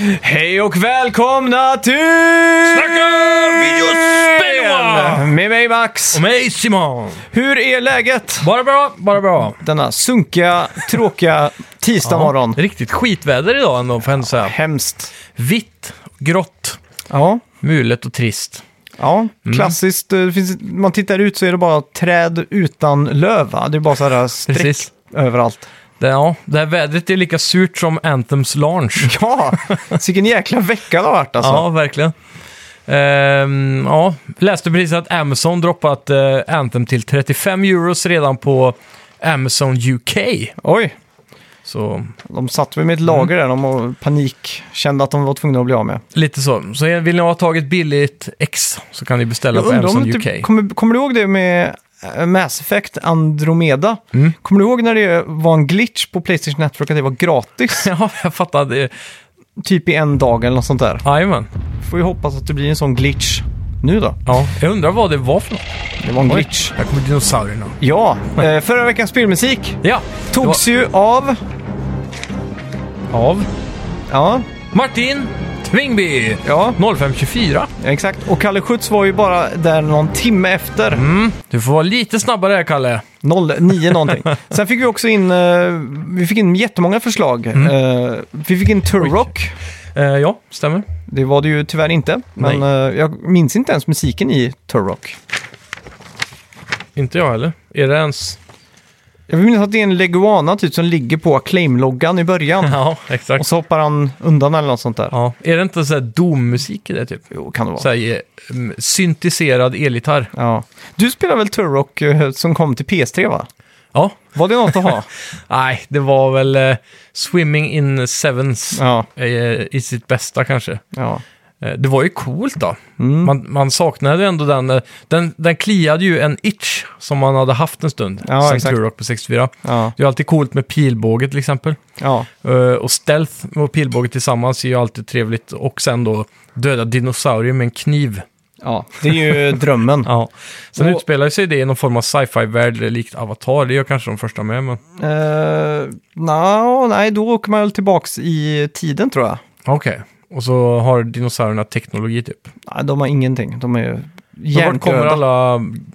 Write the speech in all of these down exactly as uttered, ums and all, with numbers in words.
Hej och välkomna till Snacka videospel! Med mig Max. Och mig Simon. Hur är läget? Bara bra, bara bra. Denna sunkiga, tråkiga tisdag morgon. Riktigt skitväder idag ändå, får jag ändå säga. Hemskt. Vitt, grått, Ja, mulet och trist. ja klassiskt. Det finns, man tittar ut så är det bara träd utan löv. Va? Det är bara så här streck Precis. överallt. Det, ja, det här vädret är lika surt som Anthems launch. Ja, så vilken jäkla vecka det har varit alltså. Ja, verkligen. Ehm, ja, läste precis att Amazon droppat uh, Anthem till trettiofem euros redan på Amazon U K. Oj, Så de satt väl med ett lager där. De var panik, kände att de var tvungna att bli av med. lite så. Så vill ni ha tagit billigt X så kan ni beställa Jag på undrar om Amazon U K. du, kommer, kommer du ihåg det med äh, Mass Effect Andromeda? Mm. Kommer du ihåg när det var en glitch på PlayStation Network att det var gratis? Ja, jag fattar. Det. Typ i en dag eller något sånt där. Jajamän. Får ju hoppas att det blir en sån glitch nu då. Ja, jag undrar vad det var för något. Det var en Oj, glitch. här kommer dinosaurierna. Ja, eh, förra veckans spelmusik Ja, togs ju av... av Ja, Martin Tvingby. ja, noll fem tjugofyra. exakt. Och Kalle Schütz var ju bara där någon timme efter. Mm, du får vara lite snabbare här, Kalle. noll nio någonting. Sen fick vi också in, eh, vi fick in jättemånga förslag. Eh, vi fick in Turok. Eh, ja, stämmer. Det var det ju tyvärr inte. Men eh, jag minns inte ens musiken i Turok. Inte jag heller. Är det ens... Jag minns att det är en leguana typ som ligger på Acclaim-loggan i början. Ja, exakt. Och så hoppar han undan eller något sånt där. Ja. Är det inte så här dommusik i det typ? Jo, kan det vara. Så här, um, syntiserad elgitarr. Ja. Du spelar väl Turok eh, som kom till P S tre, va? Ja. Var det något att ha? Nej, det var väl uh, Swimming in Sevens Ja, uh, i sitt bästa kanske. ja. Uh, det var ju coolt då. Mm. Man, man saknade ändå den, uh, den. Den kliade ju en itch som man hade haft en stund. Ja, sen exakt. Turok på sextiofyra. Ja, Det är alltid coolt med pilbåge till exempel. ja. Uh, och stealth och pilbåge tillsammans är ju alltid trevligt. Och sen då döda dinosaurier med en kniv. Ja, det är ju drömmen. Ja. Sen Och- utspelar sig det i någon form av sci-fi-värld likt Avatar. Det gör kanske de första med, men... Uh, no, nej, då åker man väl tillbaks i tiden tror jag. Okej. Och så har dinosaurierna teknologi typ. Nej, de har ingenting. De är Men vart järngröda. kommer alla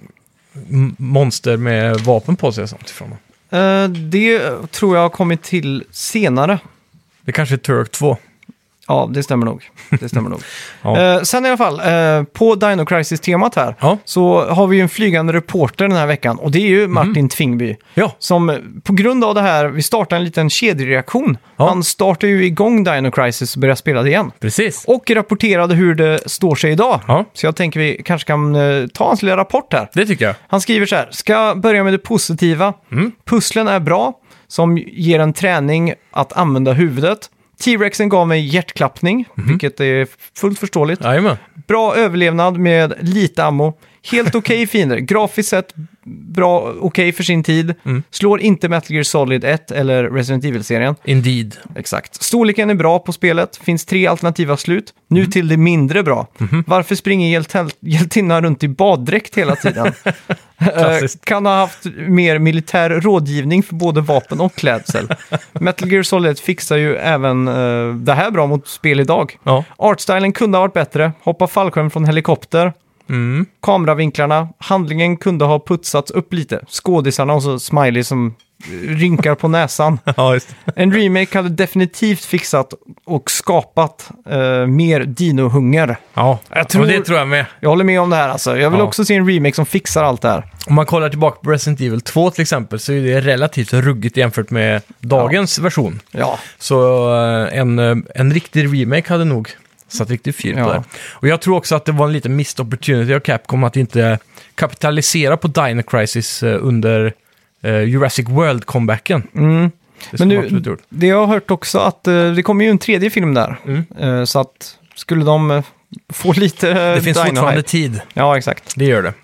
m- monster med vapen på sig sånt ifrån? Eh, det tror jag har kommit till senare. Det kanske är Turok två. Ja, det stämmer nog. Det stämmer nog. Ja. Eh, sen i alla fall, eh, på Dino Crisis-temat här Ja. så har vi ju en flygande reporter den här veckan. Och det är ju Martin Tvingby. Ja. Som eh, på grund av det här, vi startar en liten kedjereaktion. Ja. Han startar ju igång Dino Crisis och börjar spela det igen. Precis. Och rapporterade hur det står sig idag. Ja. Så jag tänker vi kanske kan eh, ta hans lilla rapport här. Det tycker jag. Han skriver så här, ska börja med det positiva. Mm. Pusslen är bra, som ger en träning att använda huvudet. T-Rexen gav mig hjärtklappning, vilket är fullt förståeligt. Jajamän. Bra överlevnad med lite ammo. Helt okej fiender. Grafiskt sett bra, okej för sin tid. Mm. Slår inte Metal Gear Solid ett eller Resident Evil-serien. Indeed. Exakt. Storleken är bra på spelet. Finns tre alternativa slut. Nu Mm. till det mindre bra. Varför springer hjält- hjältinnan runt i baddräkt hela tiden? Klassiskt. Eh, kan ha haft mer militär rådgivning för både vapen och klädsel. Metal Gear Solid fixar ju även eh, det här bra mot spel idag. Ja. Artstylen kunde ha varit bättre. Hoppa fallskärm från helikopter. Mm. Kameravinklarna. Handlingen kunde ha putsats upp lite. Skådisarna och så smiley som rynkar på näsan. Ja, just det. En remake hade definitivt fixat och skapat eh, mer dinohunger. Ja, Jag tror- och det tror jag med. Jag håller med om det här alltså. Jag vill Ja. också se en remake som fixar allt det här. Om man kollar tillbaka på Resident Evil två till exempel så är det relativt ruggigt jämfört med dagens version. Ja, Så eh, en, eh, en riktig remake hade nog satt riktigt fyr på Ja. det. Och jag tror också att det var en liten missed opportunity av Capcom att inte kapitalisera på Dino Crisis eh, under eh, Jurassic World-comebacken. mm. Det Men skulle man nu, absolut gjort. det jag har hört också att eh, det kommer ju en tredje film där. Mm. Eh, så att skulle de eh, få lite eh, Det finns Dino-hype- fortfarande tid. Ja, exakt. Det gör det.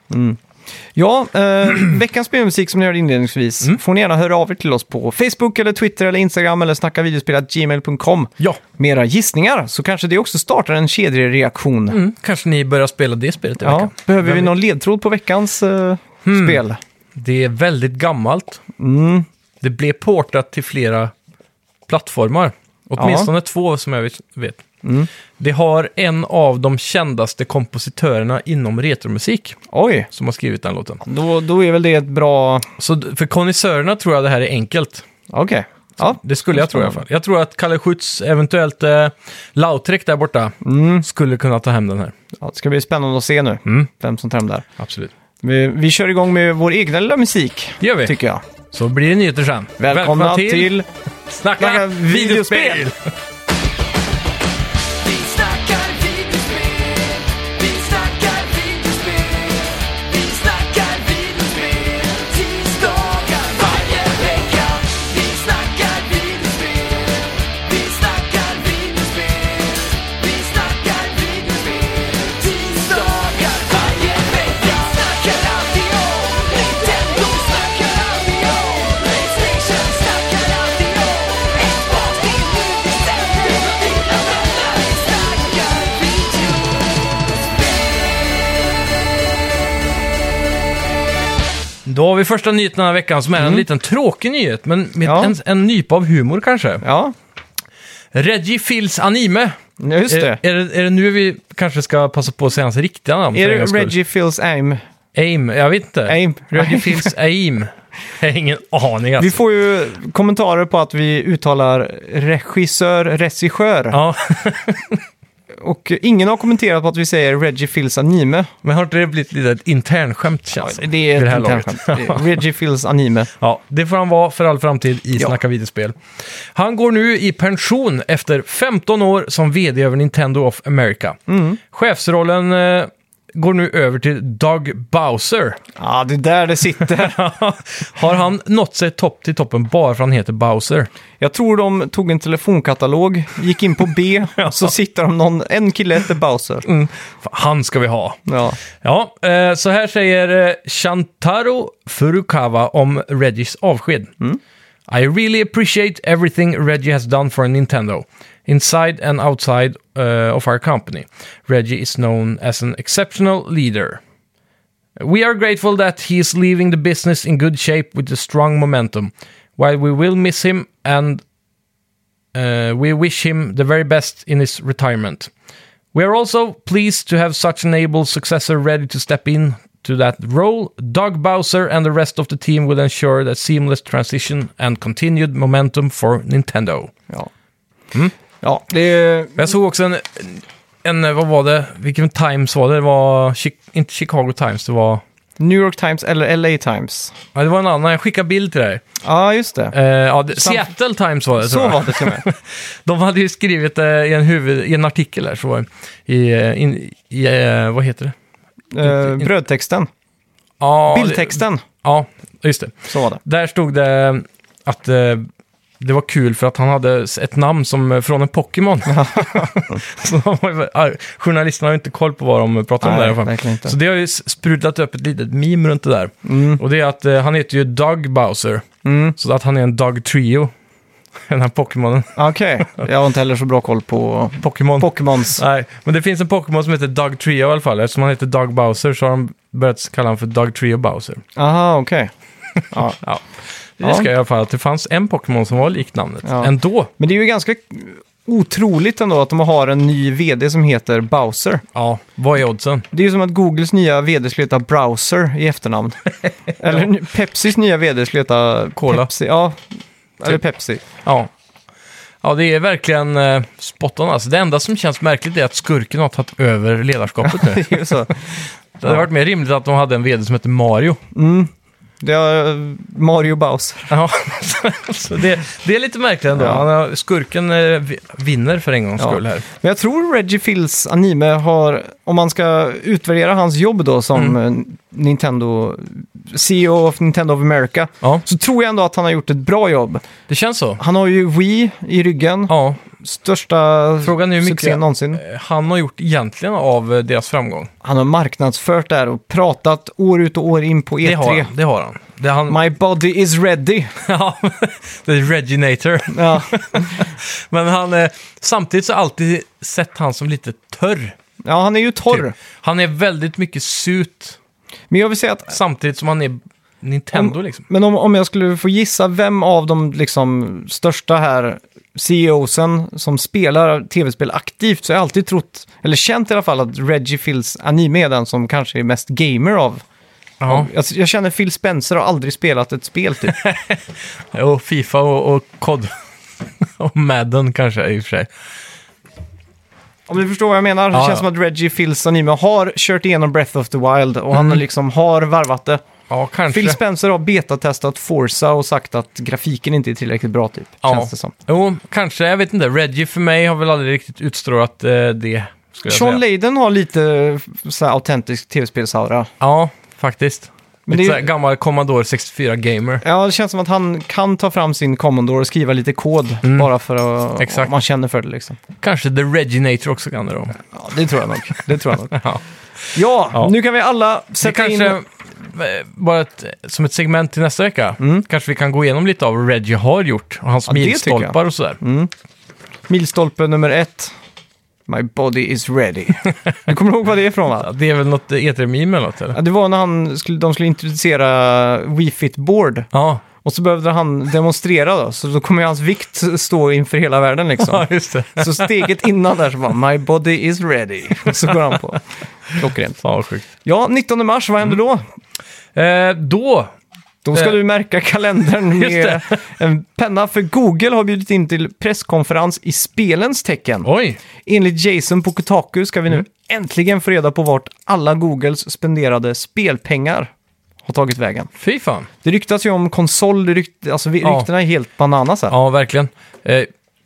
Ja, eh, veckans spelmusik som ni hörde inledningsvis Mm. får ni gärna höra av er till oss på Facebook eller Twitter eller Instagram eller snackavideospel at gmail punkt com Ja, med era gissningar, så kanske det också startar en kedjereaktion. mm. kanske ni börjar spela det spelet i Ja, veckan. behöver vi Vem vet? någon ledtråd på veckans eh, Hmm. spel? Det är väldigt gammalt. Mm. Det blev portat till flera plattformar. Åtminstone två som jag vet- vet. Mm. Det har en av de kändaste kompositörerna inom retromusik Oj, som har skrivit den låten. då, då är väl det ett bra... Så d- för konnässörerna tror jag det här är enkelt. Okej. Ja. Det skulle jag tro i alla fall. Jag tror att Kalle Schütz, eventuellt eh, Lautrec där borta, Mm. skulle kunna ta hem den här. Ja, det ska bli spännande att se nu Mm. vem som tar hem där. Absolut. Vi, vi kör igång med vår egna lilla musik, Det gör vi. tycker jag. Så blir det nyheter sen. Välkomna, till... Snacka, Snacka videospel! videospel. Vi snackar videospel, vi snackar videospel, vi snackar videospel, tisdagar varje vecka. Vi snackar videospel, vi snackar videospel, vi snackar videospel, tisdagar varje vecka. Snackar alltid om Nintendo, snackar alltid om PlayStation, snackar alltid om Xbox, till nu bestämmer dina vänner. Vi snackar videospel. Då har vi första nyheten den här veckan som är en liten tråkig nyhet, men med Ja. en, en nypa av humor kanske. Ja, Reggie Fils Anime. just det. Är, är, det, är det nu vi kanske ska passa på att säga hans riktiga namn? Är för en det gångs skull? Reggie Fils Aim? Aim? Jag vet inte. Aim. Reggie Fils Aim. Jag har ingen aning alltså. Vi får ju kommentarer på att vi uttalar regissör, regissör. Ja, Och ingen har kommenterat på att vi säger Reggie Fils Anime. men har inte det blivit lite ett internskämt känns Ja, det är vid det ett här internskämt. laget? Det är Reggie Fils Anime. Ja, det får han vara för all framtid i Ja. Snacka videospel. Han går nu i pension efter femton år som vd över Nintendo of America. Mm. Chefsrollen eh, går nu över till Doug Bowser. Ja, det är där det sitter. Har han nått sig topp till toppen bara för att han heter Bowser? Jag tror de tog en telefonkatalog, gick in på B, så sitter de någon, en kille heter Bowser. Fan, han ska vi ha. Ja. Ja, eh, så här säger eh, Shantaro Furukawa om Reggies avsked. I really appreciate everything Reggie has done for Nintendo, inside and outside uh, of our company. Reggie is known as an exceptional leader. We are grateful that he is leaving the business in good shape with a strong momentum. While we will miss him and uh, we wish him the very best in his retirement. We are also pleased to have such an able successor ready to step in to that role. Doug Bowser and the rest of the team will ensure that seamless transition and continued momentum for Nintendo. Ja. Ja, det är... Jag såg också en, en, vad var det, vilken Times var det? Det var, Chi- inte Chicago Times, det var, New York Times eller L A Times. ja, det var en annan, jag skickade bild till dig. Ja, just det. Eh, ja, det, Seattle Times var det, tror Så jag. var det till och med. De hade ju skrivit eh, i, en huvud, i en artikel där, så var det, i, eh, in, i eh, vad heter det? Eh, brödtexten. Ja, Bildtexten. Det, ja, just det. Så var det. Där stod det att eh, det var kul för att han hade ett namn som från en Pokémon. Så de var ju- ah, journalisterna har ju inte koll på vad de pratar om där i alla fall. verkligen inte. Så det har ju s- sprudlat upp ett litet meme runt det där. Mm. Och det är att eh, han heter ju Doug Bowser. Mm. Så att han är en Doug Trio. Den här Pokémonen. Okej, jag har inte heller så bra koll på Pokémon. Pokémons. Nej, men det finns en Pokémon som heter Doug Trio i alla fall. Eftersom han heter Doug Bowser så har de börjat kalla honom för Doug Trio Bowser. Aha, okej. Ja. Ja. Det Ja. ska jag i alla fall att det fanns en Pokémon som var likt namnet. Ja. Ändå. Men det är ju ganska otroligt ändå att de har en ny vd som heter Bowser. Ja, vad är oddsen? Det är ju som att Googles nya vd skulle heta Browser i efternamn. Eller n- Pepsis nya vd skulle heta Cola. Pepsi. Ja, eller Typ. Pepsi. Ja. Ja, det är verkligen eh, spot on. Alltså, det enda som känns märkligt är att skurken har tagit över ledarskapet nu. Det är ju så. Det hade varit mer rimligt att de hade en vd som heter Mario. Mm. Det är eh, Mario Bowser. Ja, så det, det är lite märkligt ändå. Ja. Han har, skurken eh, vi- vinner för en gångs Ja. skull här. Men jag tror Reggie Fils Anime har, om man ska utvärdera hans jobb då som Mm. eh, Nintendo, C E O of Nintendo of America, Ja, så tror jag ändå att han har gjort ett bra jobb. det känns så. Han har ju Wii i ryggen, Ja, största frågan är hur mycket succén någonsin. eh, han har gjort egentligen av eh, deras framgång. Han har marknadsfört där och pratat år ut och år in på E tre. Det har han. Det har han. Det han My body is ready. ja, det är Reginator. Ja, Men han, eh, samtidigt så har jag alltid sett han som lite törr. ja han är ju torr. Typ. Han är väldigt mycket sut, Men jag vill säga att, samtidigt som han är Nintendo liksom. men om, om jag skulle få gissa vem av de liksom största här C E Osen som spelar tv-spel aktivt, så har jag alltid trott, eller känt i alla fall, att Reggie Fils-Anime är den som kanske är mest gamer av. Ja. Jag, jag känner Phil Spencer har aldrig spelat ett spel typ. Och FIFA och, och C O D. Och Madden kanske i och för sig. Om du förstår vad jag menar, det Ja, känns ja. som att Reggie Fils-Anime har kört igenom Breath of the Wild och han liksom har varvat det. Ja, kanske. Phil Spencer har betatestat Forza och sagt att grafiken inte är tillräckligt bra typ, Ja. känns det som. Jo, kanske. Jag vet inte. Reggie för mig har väl aldrig riktigt utstrålat eh, det, skulle jag Sean säga. Layden har lite så här autentisk tv-spelsaura. Ja, faktiskt. Men Lite det- så här gammal Commodore sextiofyra gamer. Ja, det känns som att han kan ta fram sin Commodore och skriva lite kod bara för att Exakt. man känner för det liksom. Kanske The Reginator också kan det då. Ja, det tror jag nog. Det tror jag nog. Ja. Ja, Ja. nu kan vi alla Det sätta kanske, in... eh, bara ett, som ett segment till nästa vecka, kanske vi kan gå igenom lite av vad Reggie har gjort och hans Ja, det tycker milstolpar och sådär. Milstolpe nummer ett. My body is ready. Du kommer ihåg vad det är ifrån, va? Ja, det är väl något E tre-meme eller något, eller? Ja, det var när han skulle, de skulle introducera Wii Fit Board. Ja, Och så behövde han demonstrera då. Så då kommer ju hans vikt stå inför hela världen liksom. ja just det. Så steget innan där så var My body is ready. Och så går han på. Klockrent. Fan vad sjukt. Ja, nittonde mars, vad händer då? Eh, då, Då ska Eh, du märka kalendern just med en penna. För Google har bjudit in till presskonferens i spelens tecken. oj, Enligt Jason på Kotaku ska vi nu Mm. äntligen få reda på vart alla Googles spenderade spelpengar har tagit vägen. fy fan. Det ryktas ju om konsol, det rykt, alltså vi- Ja. ryktena är helt bananas här. Ja, verkligen. Eh,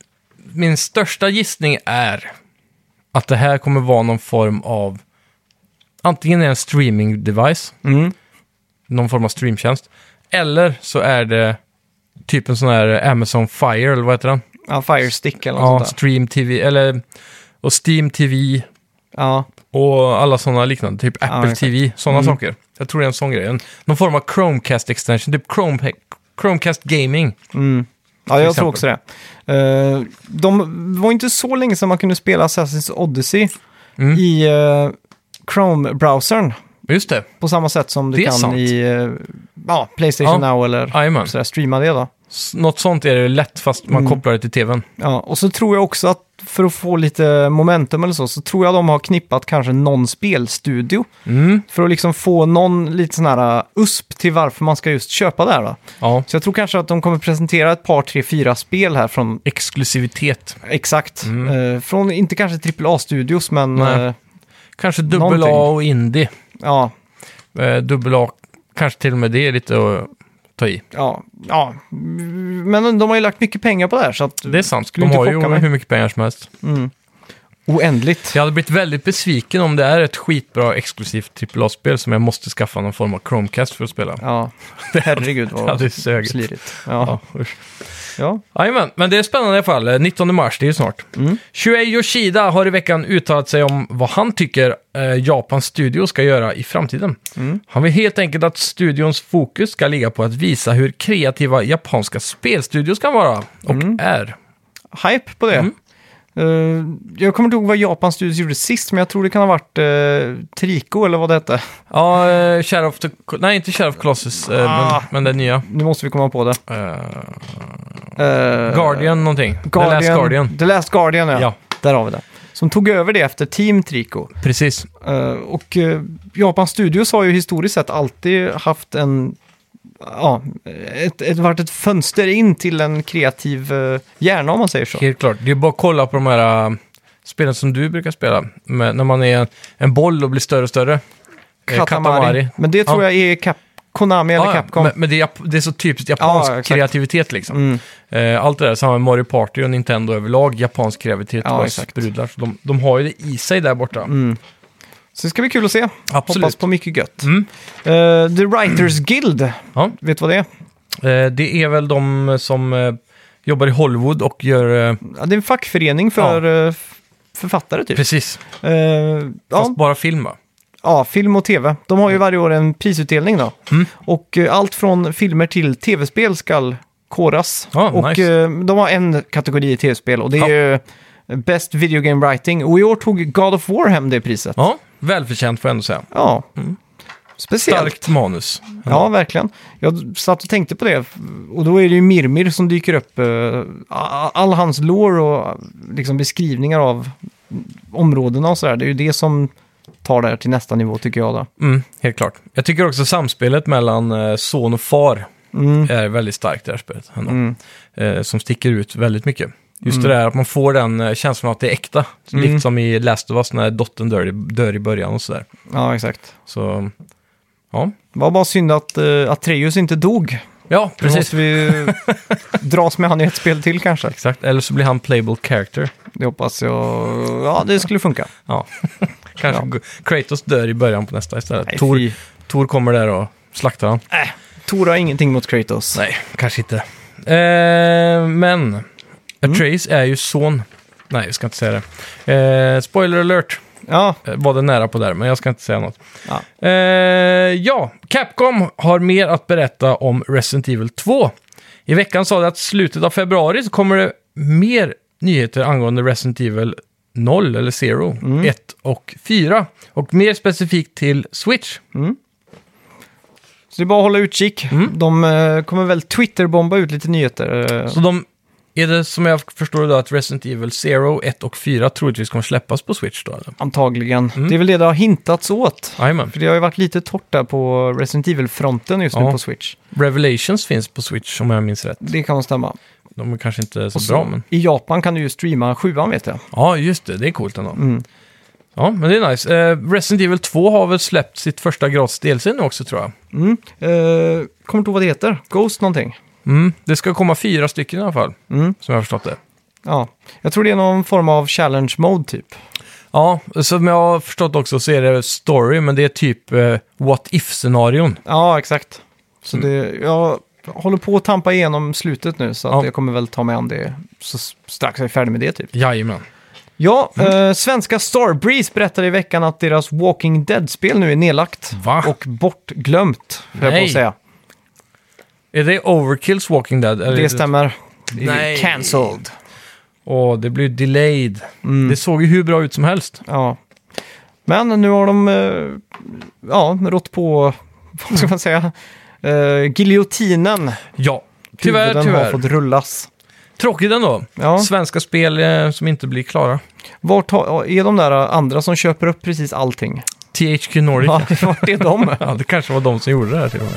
min största gissning är att det här kommer vara någon form av, antingen är det en streaming-device, Mm. någon form av streamtjänst, eller så är det typ en sån här Amazon Fire, eller vad heter den? Ja, Fire Stick eller Ja, något sånt där. Stream T V, eller och Steam T V Ja, och alla sådana liknande, typ Apple exakt. T V, sådana Mm. saker. Jag tror det är en sån grej. En, någon form av Chromecast extension, typ Chrome, Chromecast Gaming. mm. ja jag exempel. tror också det. Uh, de var inte så länge sedan man kunde spela Assassin's Odyssey Mm. i uh, Chrome-browsern. Just det, På samma sätt som du Det är kan sant. i uh, ja, PlayStation Ja. Now eller jajamän. sådär, streama det då. S- Något sånt är det lätt fast man Mm. kopplar det till tvn. Ja, och så tror jag också att för att få lite momentum eller så, så tror jag de har knippat kanske någon spelstudio. Mm. För att liksom få någon lite sån här uh, usp till varför man ska just köpa det här då. Ja, Så jag tror kanske att de kommer presentera ett par, tre, fyra spel här från, exklusivitet. exakt, Mm. eh, från inte kanske trippel A-studios, men Nej. eh, Kanske dubbel Någonting. A och indie. ja, Eh, dubbel A, kanske till och med det är lite att ta i. ja, ja. Men de har ju lagt mycket pengar på det här, så att Det är sant, Skulle de inte har ju chocka mig. hur mycket pengar som helst. mm, oändligt. Jag hade blivit väldigt besviken om det är ett skitbra exklusivt trippel A-spel som jag måste skaffa någon form av Chromecast för att spela. Ja, herregud Ja, vad det sög. slirigt. Ja, Ja, usch. ja. Jajamän, men det är spännande i alla fall. Eh, nittonde mars, det är ju snart. Mm. Shuei Yoshida har i veckan uttalat sig om vad han tycker eh, Japans studio ska göra i framtiden. Mm. Han vill helt enkelt att studions fokus ska ligga på att visa hur kreativa japanska spelstudios kan vara och Mm. är. Hype på det. Mm. Eh, jag kommer inte ihåg vad Japans studios gjorde sist, men jag tror det kan ha varit uh, Trico eller vad det hette. Ja, eh, Shadow of the... Nej, inte Shadow of Colossus, eh, Ah. men, men den nya. Nu måste vi komma på det. Eh, Eh, Guardian någonting. Guardian, The Last Guardian. The Last Guardian, ja. Ja. Där har vi det. Som tog över det efter Team Trico. Precis. Eh, och uh, Japans Studios har ju historiskt sett alltid haft en... Ja, ett, ett, varit ett fönster in till en kreativ uh, hjärna om man säger så. Helt klart. Det är bara att kolla på de här äh, spelen som du brukar spela. Med, när man är en, en boll och blir större och större. Eh, Katamari. Men det tror Ja. jag är Cap- Konami eller Ja, ja, Capcom. men, men det, är, jap- det är så typiskt japansk Ja, exakt. kreativitet liksom. Mm. Eh, allt det där, samma med Mario Party och Nintendo överlag, japansk kreativitet Ja, bara exakt. sprudlar. Så de, de har ju det i sig där borta. Mm. Så det ska bli kul att se. Absolut. Hoppas på mycket gött. Mm. Eh, The Writers Guild, Ja. vet du vad det är? Eh, det är väl de som eh, jobbar i Hollywood och gör... Eh, Ja, det är en fackförening för eh, f- författare typ. precis, Eh, ja, fast bara film va? ja, film och tv. De har ju varje år en prisutdelning då. Mm. Och eh, allt från filmer till tv-spel ska koras. Ja, och nice. eh, de har en kategori i tv-spel och det är ju Best Video Game Writing. Och i år tog God of War hem det priset. Ja, välförtjänt får jag ändå säga. Ja. Mm. Speciellt. Starkt manus. Ja, verkligen. Jag satt och tänkte på det. Och då är det ju Mirmir som dyker upp. eh, All hans lore och liksom beskrivningar av områdena och sådär. Det är ju det som tar det här till nästa nivå, tycker jag då. Mm, helt klart. Jag tycker också samspelet mellan eh, son och far Mm. är väldigt starkt i det här spelet. ändå. Mm. Eh, som sticker ut väldigt mycket. Just Mm. det där att man får den eh, känslan av att det är äkta. Mm. Likt som i Last of Us när dottern dör, i- dör i början och sådär. Ja, exakt. Så, ja. Det var bara synd att uh, Atreus inte dog. Ja, Det precis. måste vi dras med han i ett spel till kanske. Exakt, eller så blir han playable character. Det hoppas jag. Ja, det skulle funka. Ja. Kanske Ja. G- Kratos dör i början på nästa istället. Nej, Tor, fy. Tor kommer där och slaktar han. Äh, Thor har ingenting mot Kratos. Nej, kanske inte. Eh, men Atreus är ju son... Nej, jag ska inte säga det. Eh, spoiler alert Ja, eh, var det nära på där, men jag ska inte säga något. Ja. Eh, ja, Capcom har mer att berätta om Resident Evil två. I veckan sa det att slutet av februari så kommer det mer nyheter angående Resident Evil noll eller zero, ett och fyra. Och mer specifikt till Switch. så det är bara att hålla utkik. Mm. De eh, kommer väl Twitter-bomba ut lite nyheter. eh. Så de, är det som jag förstår då att Resident Evil zero, ett och fyra troligtvis kommer släppas på Switch då? Eller? Antagligen. Mm. Det är väl det det har hintats åt. Jajamän. För det har ju varit lite torrt där på Resident Evil-fronten just nu Ja. på Switch. Revelations finns på Switch om jag minns rätt. Det kan stämma. De är kanske inte så, Och så, bra, men... I Japan kan du ju streama sjuan, vet jag. Ja, just det. Det är coolt ändå. Mm. Ja, men det är nice. Eh, Resident Evil två har väl släppt sitt första gratis D L C nu också, tror jag. Mm. Eh, kommer inte ihåg vad det heter. Ghost någonting. Mm. Det ska komma fyra stycken i alla fall, Mm. som jag har förstått det. Ja, jag tror det är någon form av challenge mode typ. Ja, som jag har förstått också så är det story, men det är typ eh, what if-scenarion. Ja, exakt. Så Mm. det, jag håller på att tampa igenom slutet nu, så att Ja. jag kommer väl ta mig an det så s- strax är jag färdig med det typ. Jajamän. Ja, eh, svenska Starbreeze berättade i veckan att deras Walking Dead-spel nu är nedlagt. Va? Och bortglömt, höll jag på Nej. att säga. Är det Overkills Walking Dead? Eller Det stämmer. Det är Nej. cancelled. Åh, det blir delayed. Mm. Det såg ju hur bra ut som helst. Ja. Men nu har de eh, ja, rått på, vad ska man säga, uh, giljotinen. Ja, tyvärr, Huvuden tyvärr. har fått rullas. Tråkigt ändå. Ja. Svenska spel eh, som inte blir klara. Vart har- är de där andra som köper upp precis allting? T H Q Nordic. Ja, Ja. vart är de? ja, det kanske var de som gjorde det här till och med.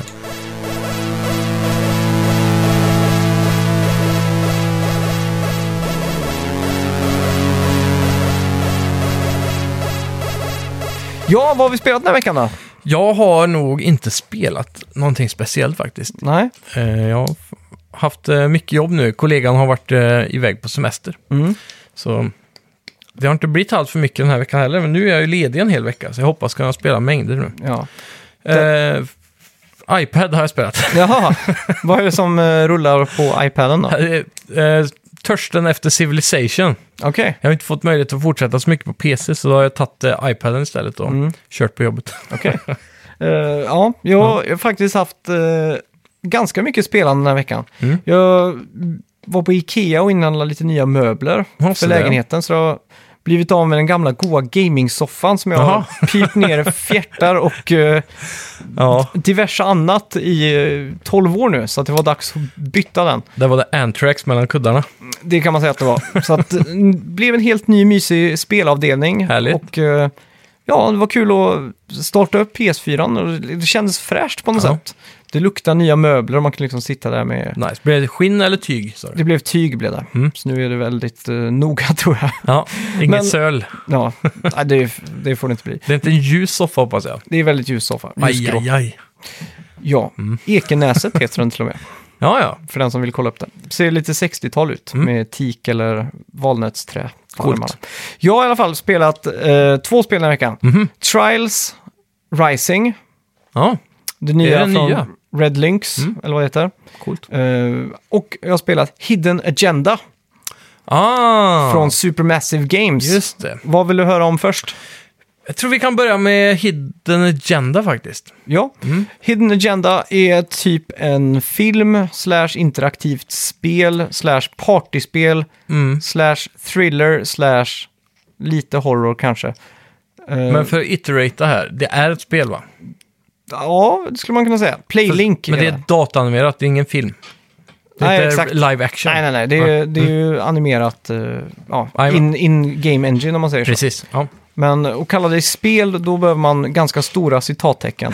Ja, vad har vi spelat den här veckan då? Jag har nog inte spelat någonting speciellt faktiskt. Nej. Eh, Jag har f- haft eh, mycket jobb nu. Kollegan har varit eh, iväg på semester. Mm. Så det har inte blivit allt för mycket den här veckan heller. Men nu är jag ju ledig en hel vecka, så jag hoppas kunna spela mängder nu. Ja. Eh, iPad har jag spelat. Jaha, vad är det som eh, rullar på iPaden då? Eh, eh, Törsten efter Civilization. Okej, Jag har inte fått möjlighet att fortsätta så mycket på P C, så då har jag tagit eh, iPaden istället och Mm. kört på jobbet. okej. Eh, ja, jag har faktiskt haft eh, ganska mycket spelande den här veckan. Mm. Jag var på Ikea och inhandlade lite nya möbler Ja, så för det. lägenheten, så jag har blivit av med den gamla goa gaming-soffan som jag Jaha. har pilt ner fjärtar och eh, Ja, diverse annat i eh, tolv år nu, så att det var dags att byta den. där var det Anthrax mellan kuddarna. Det kan man säga att det var. Så att det blev en helt ny mysig spelavdelning. Härligt. Och eh, ja, det var kul att starta upp P S fyra och det kändes fräscht på något Ja. sätt. Det luktar nya möbler och man kan liksom sitta där med... Nice. Blev det skinn eller tyg? Sa du? Det blev tyg blev det. Mm. Så nu är det väldigt eh, noga tror jag. Ja, inget Men- söl. Ja, nej, det, det får det inte bli. Det är inte en ljus soffa hoppas jag. Det är väldigt ljus soffa. Aj, Ljusgrå. aj, aj. Ja, Mm. Ekenäset heter den till och med. Ja, ja. För den som vill kolla upp den. Ser lite sextiotal ut Mm. med teak eller valnötsträ. på Coolt. armarna. Jag har i alla fall spelat eh, två spel den här veckan. Mhm. Trials Rising, Ja, det nya Är det från nya? Red Lynx, Mm. eller vad det heter. coolt. Eh, och jag har spelat Hidden Agenda Ah, från Supermassive Games. just det. Vad vill du höra om först? Jag tror vi kan börja med Hidden Agenda faktiskt. Ja, Mm. Hidden Agenda är typ en film slash interaktivt spel slash partyspel Mm. slash thriller slash lite horror kanske. Eh, Men för att iterata här, det är ett spel va? Ja, det skulle man kunna säga. Playlink. Men det är dataanimerat, det är ingen film. Det är Nej, inte exakt. live action. Nej, nej, nej. Det är, det är ju animerat uh, ja, in, in game engine om man säger så. Precis, ja. Men att kalla det spel, då behöver man ganska stora citattecken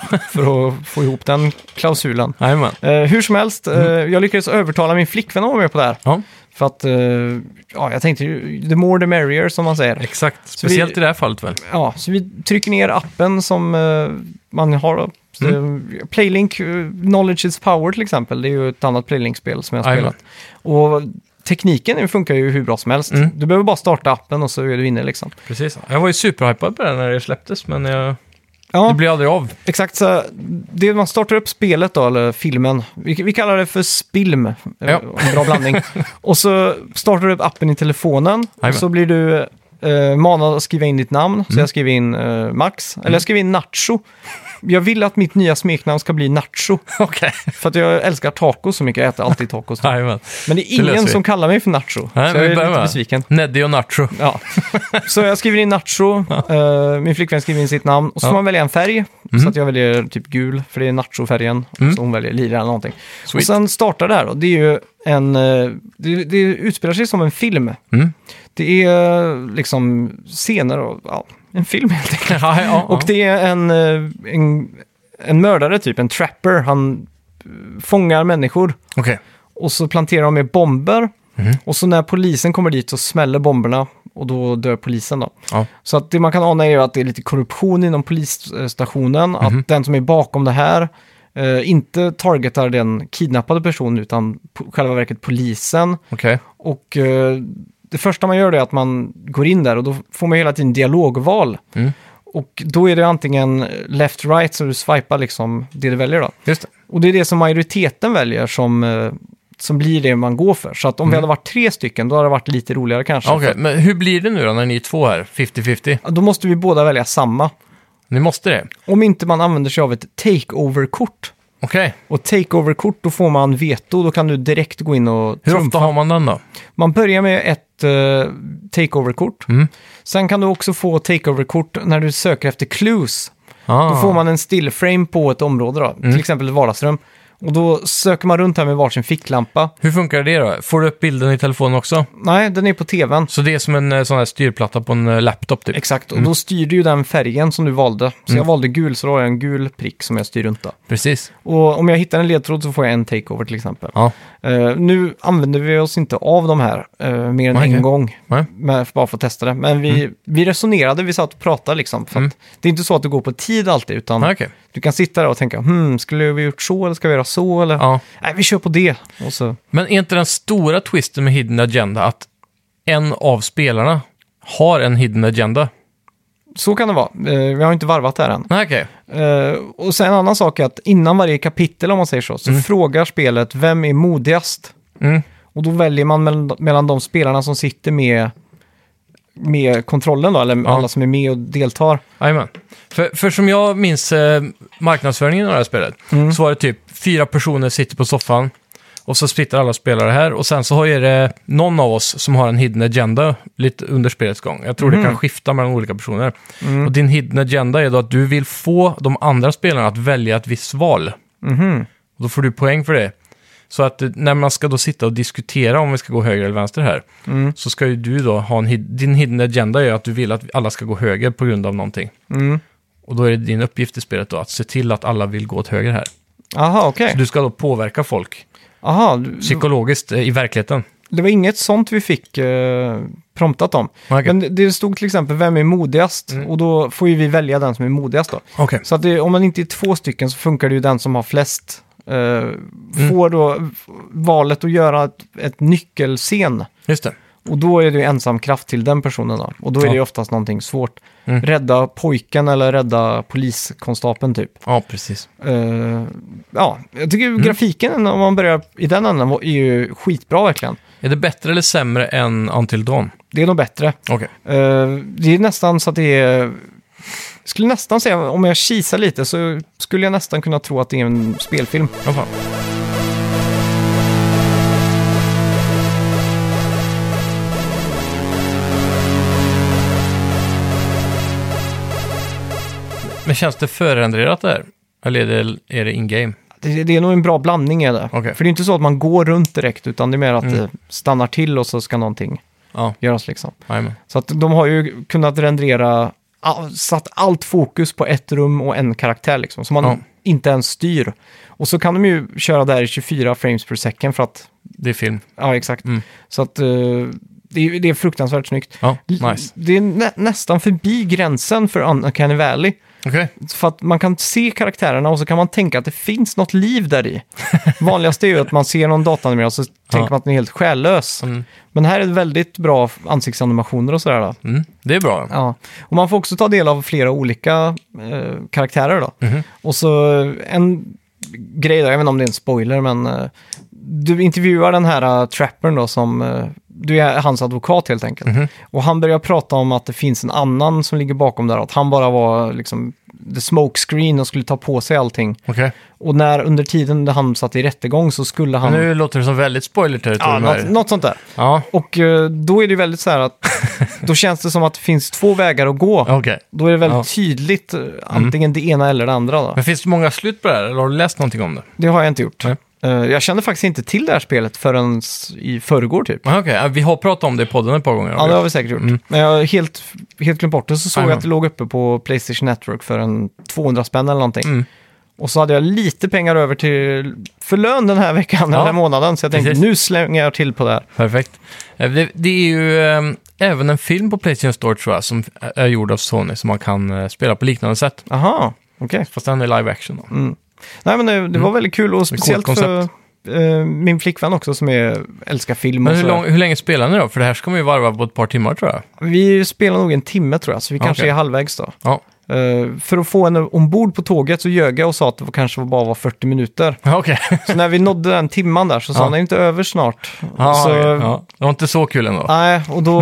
för att få ihop den klausulen. Jajamän. Uh, hur som helst, uh, jag lyckades övertala min flickvän att vara med på det här. Ja, För att, uh, ja, jag tänkte ju, the more the merrier som man säger. exakt. Speciellt vi- i det här fallet väl. Ja, så vi trycker ner appen som uh, man har. Så, uh, Playlink, uh, Knowledge is Power till exempel, det är ju ett annat Playlink-spel som jag har Jajamän. spelat. Och tekniken funkar ju hur bra som helst. Mm. Du behöver bara starta appen och så är du inne liksom. Precis. Jag var ju superhypad på det när det släpptes, men jag... Ja, det blev aldrig av. exakt. Så det man startar upp spelet då, eller filmen, vi, vi kallar det för Spilm, Ja. ja. en bra blandning. Och så startar du upp appen i telefonen och Jajamän. så blir du eh, manad att skriva in ditt namn. Så Mm. jag skriver in eh, Max, eller jag skriver in Nacho. Jag vill att mitt nya smeknamn ska bli Nacho, Okej. för att jag älskar tacos så mycket, jag äter alltid tacos. Jajamän. Men det är det löser ingen vi. som kallar mig för Nacho, Nej, så men jag vi är börjar lite med. besviken. Neddy och Nacho. Ja. Så jag skriver in Nacho, eh, min flickvän skriver in sitt namn och så får Ja. man välja en färg. Så att jag väljer typ gul, för det är Nacho-färgen. Mm. Så hon väljer lila eller någonting. Sweet. Och sen startar det här då. Det är ju en... eh, Det, det utspelar sig som en film. Mm. Det är liksom scener och... Ja, en film helt enkelt. Ja, ja, Och det är en, eh, en, en mördare typ, en trapper. Han eh, fångar människor. Okej. Och så planterar de med bomber. Mhm. Och så när polisen kommer dit så smäller bomberna. Och då dör polisen då. Ja. Så att det man kan ana är ju att det är lite korruption inom polisstationen. Mhm. Att den som är bakom det här eh, inte targetar den kidnappade personen utan po- själva verket polisen. Okej. Och eh, det första man gör är att man går in där och då får man hela tiden dialogval. Mm. Och då är det antingen left-right så du swipar liksom det du väljer då. Just det. Och det är det som majoriteten väljer som, eh, som blir det man går för. Så att om vi Mm. hade varit tre stycken då hade det varit lite roligare kanske. Okej, För men hur blir det nu då när ni är två här? femtio femtio? då måste vi båda välja samma. Ni måste det? Om inte man använder sig av ett takeover-kort. Okej. Och takeover-kort, då får man veto. Då kan du direkt gå in och Hur trumfa. ofta har man den då? Man börjar med ett uh, takeover-kort. Mm. Sen kan du också få takeover-kort när du söker efter clues. Ah. Då får man en stillframe på ett område då. Mm. Till exempel ett vardagsrum. Och då söker man runt här med varsin ficklampa. Hur funkar det då? Får du upp bilden i telefonen också? Nej, den är på tvn. Så det är som en eh, sån här styrplatta på en eh, laptop typ? Exakt, och då styr du ju den färgen som du valde. Så Mm. jag valde gul, så då har jag en gul prick som jag styr runt då. Precis. Och om jag hittar en ledtråd så får jag en takeover till exempel. Ja. Eh, nu använder vi oss inte av de här eh, mer än Okej. en gång. Nej. Med, bara för att testa det. Men vi, vi resonerade, vi satt och pratade liksom. För Mm. att det är inte så att du går på tid alltid, utan Ah, Okej. du kan sitta där och tänka, hmm, skulle vi gjort så eller ska vi göra så? Eller? Ja. Nej, vi kör på det. Och så, Men är inte den stora twisten med Hidden Agenda att en av spelarna har en Hidden Agenda? så kan det vara. Eh, vi har inte varvat det här än. Nej, okej. Eh, och sen en annan sak är att innan varje kapitel, om man säger så, så Mm. frågar spelet vem är modigast? Mm. Och då väljer man mellan, mellan de spelarna som sitter med, med kontrollen då, eller Ja. alla som är med och deltar. Jajamän. För, för som jag minns eh, marknadsföringen av det här spelet, Mm. så var det typ fyra personer sitter på soffan och så sitter alla spelare här och sen så har ju det någon av oss som har en hidden agenda lite under spelets gång. Jag tror Mm. det kan skifta mellan olika personer. Mm. Och din hidden agenda är då att du vill få de andra spelarna att välja ett visst val. Mhm. Och då får du poäng för det. Så att eh, när man ska då sitta och diskutera om vi ska gå höger eller vänster här, Mm. så ska ju du då ha en hid- din hidden agenda är att du vill att alla ska gå höger på grund av någonting. Mm. Och då är det din uppgift i spelet då att se till att alla vill gå åt höger här. Aha, okej. Så du ska då påverka folk Aha, du- psykologiskt eh, i verkligheten. det var inget sånt vi fick eh, promptat om. Okej. Men det- det stod till exempel vem är modigast? Mm. Och då får ju vi välja den som är modigast då. Okej. Så att det, om man inte är två stycken så funkar det ju den som har flest. Eh, får då valet att göra ett, ett nyckelscen. Just det. Och då är det ju ensam kraft till den personen då. Och då är Ja. det ju oftast någonting svårt. Mm. Rädda pojken eller rädda poliskonstapeln typ. Ja, precis. Eh, ja, jag tycker Mm. grafiken om man börjar i den änden var- är ju skitbra verkligen. Är det bättre eller sämre än Until Dawn? Det är nog bättre. Okej. Eh, det är nästan så att det är... Jag skulle nästan säga, om jag kisar lite så skulle jag nästan kunna tro att det är en spelfilm. Vad fan. Men känns det förrenderat där? Eller är det, är det in-game? Det, det är nog en bra blandning är det. Okej. För det är inte så att man går runt direkt, utan det är mer att Mm. det stannar till och så ska någonting Ja, göras liksom. jajamän. Så att de har ju kunnat rendera, all, satt allt fokus på ett rum och en karaktär liksom, som man Ja. inte ens styr. Och så kan de ju köra där i tjugofyra frames per second för att, Det är film. ja exakt. Mm. Så att eh, det, är, det är fruktansvärt snyggt. Ja, L- nice. Det är nä, nästan förbi gränsen för Uncanny Valley. Okej. För att man kan se karaktärerna och så kan man tänka att det finns något liv där i. Vanligast är ju att man ser någon datanimerad och så tänker man att den är helt själlös. Mm. Men här är det väldigt bra ansiktsanimationer och sådär då. Mm. Det är bra. Ja. Och man får också ta del av flera olika eh, karaktärer då. Mhm. Och så eh, en grej då, jag vet inte om det är en spoiler, men eh, du intervjuar den här uh, trappern då som, uh, du är hans advokat helt enkelt. Mhm. Och han börjar prata om att det finns en annan som ligger bakom där, att han bara var liksom the smoke screen och skulle ta på sig allting. Okej. Och när under tiden när han satt i rättegång så skulle han... Nu låter det som väldigt ja, spoiler-territorium här. något, något sånt där. Ja, Och uh, då är det väldigt så här att då känns det som att det finns två vägar att gå. okej. Då är det väldigt Ja. tydligt uh, antingen det ena eller det andra då. Men finns det många slut på det här? Eller har du läst någonting om det? Det har jag inte gjort. Nej. Uh, jag kände faktiskt inte till det här spelet förrän s- i förrgår typ. Ah, Okej, ja, vi har pratat om det i podden ett par gånger. Ja, det har vi säkert gjort. Mm. Men jag har helt, helt glömt bort det. Så såg jag Jajamän. att det låg uppe på PlayStation Network för en tvåhundra spänn eller någonting. Mm. Och så hade jag lite pengar över till för lön den här veckan, Ja. den här månaden. Så jag tänkte, Precis. nu slänger jag till på det här. Perfekt. Eh, Det, det är ju eh, även en film på PlayStation Store tror jag som är gjord av Sony som man kan eh, spela på liknande sätt. Aha, okej. Fast den är live action då. Mm. Nej, men det, det var väldigt kul och speciellt coolt för eh, min flickvän också som är, älskar film. Men och hur, så. lång, hur länge spelar ni då? För det här ska man ju varva på ett par timmar tror jag. Vi spelar nog en timme tror jag, så vi kanske Okej. är halvvägs då. Ja, Eh, för att få henne ombord på tåget så ljög jag och sa att det var, kanske bara var fyrtio minuter. okej. Så när vi nådde den timman där så sa Ja. han, är inte över snart. Ja, Och så, ja. Det var inte så kul ändå. Nej, och då,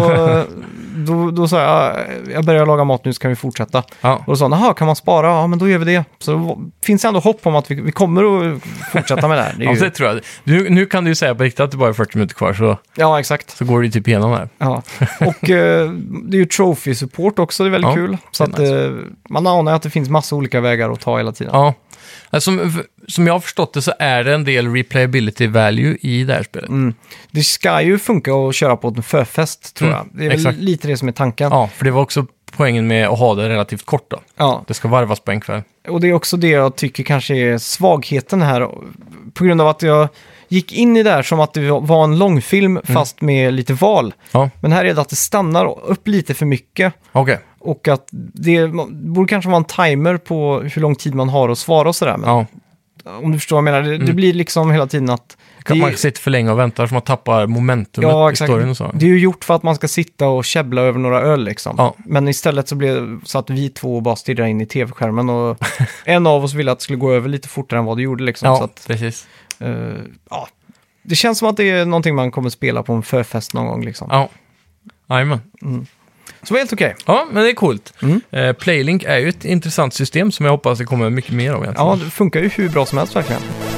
då, då sa jag, jag börjar laga mat nu så kan vi fortsätta. Ja. Och då sa han, jaha, kan man spara? Ja, men då gör vi det. Så det finns det ändå hopp om att vi, vi kommer att fortsätta med det här. Det är Ja, ju, det tror jag. Du, nu kan du ju säga på riktigt att det bara är fyrtio minuter kvar så, ja, exakt. så går det ju typ igenom här. Ja. Och eh, det är ju trophy-support också, det är väldigt Ja, kul. Så det är att eh, man anar att det finns massa olika vägar att ta hela tiden. Ja. Alltså, Som, som jag har förstått det så är det en del replayability value i det här spelet. Mm. Det ska ju funka att köra på en förfest, tror Mm, jag. Det är väl exakt. lite det som är tanken. Ja, för det var också poängen med att ha det relativt kort då. Ja. Det ska varvas på en kväll. Och det är också det jag tycker kanske är svagheten här. På grund av att jag gick in i det här som att det var en långfilm fast med lite val. Ja, Men här är det att det stannar upp lite för mycket. okej. Och att det borde kanske vara en timer på hur lång tid man har att svara och sådär. Men Ja. om du förstår vad jag menar, det, det blir liksom hela tiden att... Kan det- man sitter för länge och väntar så man tappar momentumet Ja, i exakt. storyn och så. Det är ju gjort för att man ska sitta och käbbla över några öl liksom. Ja. Men istället så blev det så att vi två bara stirrar in i tv-skärmen och en av oss ville att det skulle gå över lite fortare än vad det gjorde liksom. Ja, Så att, precis. eh, ja. Det känns som att det är någonting man kommer spela på en förfest någon gång liksom. Ja, jajamän. Så det var helt okej. Ja, men det är coolt. Mm. Eh, Playlink är ju ett intressant system som jag hoppas det kommer mycket mer av egentligen. Ja, det funkar ju hur bra som helst verkligen.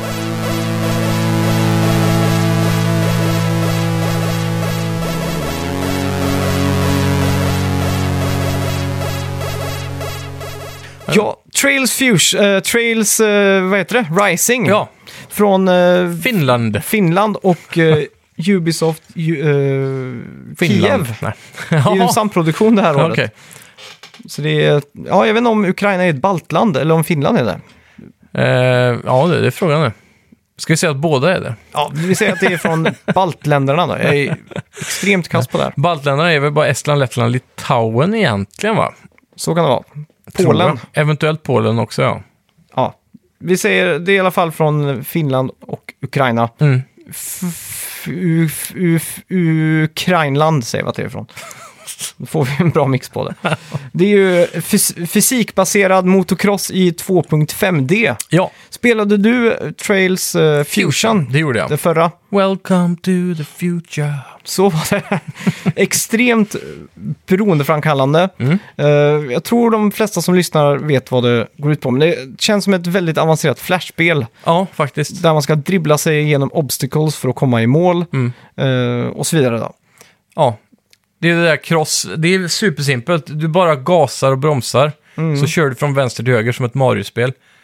Ja, Trails Fusion, eh, Trails, eh, vad heter det? Rising. Ja, Från eh, Finland. Finland och eh, Ubisoft ju, eh, Finland. Kiev. Nej. Det är ju en samproduktion det här året. Okej. Så det är, ja, jag vet inte om Ukraina är ett baltland eller om Finland är det. Eh, ja, det, det är frågan nu. Ska vi säga att båda är det? Ja, vi säger att det är från baltländerna då. Jag är extremt kass på det här. Baltländerna är väl bara Estland, Lettland, Litauen egentligen va? Så kan det vara. Tror Polen. jag. Eventuellt Polen också, ja. Ja. Vi säger, det är i alla fall från Finland och Ukraina. Mm. F- f- u- f- u- f- Ukrainland säger vi att det är ifrån. Då får vi en bra mix på det. Det är ju fys- fysikbaserad motocross i två punkt fem D. Ja, Spelade du Trails eh, Fusion? det gjorde jag. Det förra? Welcome to the future. Så var det. Extremt beroendeframkallande. Mm. Eh, jag tror de flesta som lyssnar vet vad det går ut på. Men det känns som ett väldigt avancerat flashspel. Ja, faktiskt. Där man ska dribbla sig igenom obstacles för att komma i mål. Mm. eh, och så vidare då. Ja, det är det där cross. Det är supersimpelt. Du bara gasar och bromsar. Mm. Så kör du från vänster till höger som ett Mario-spel.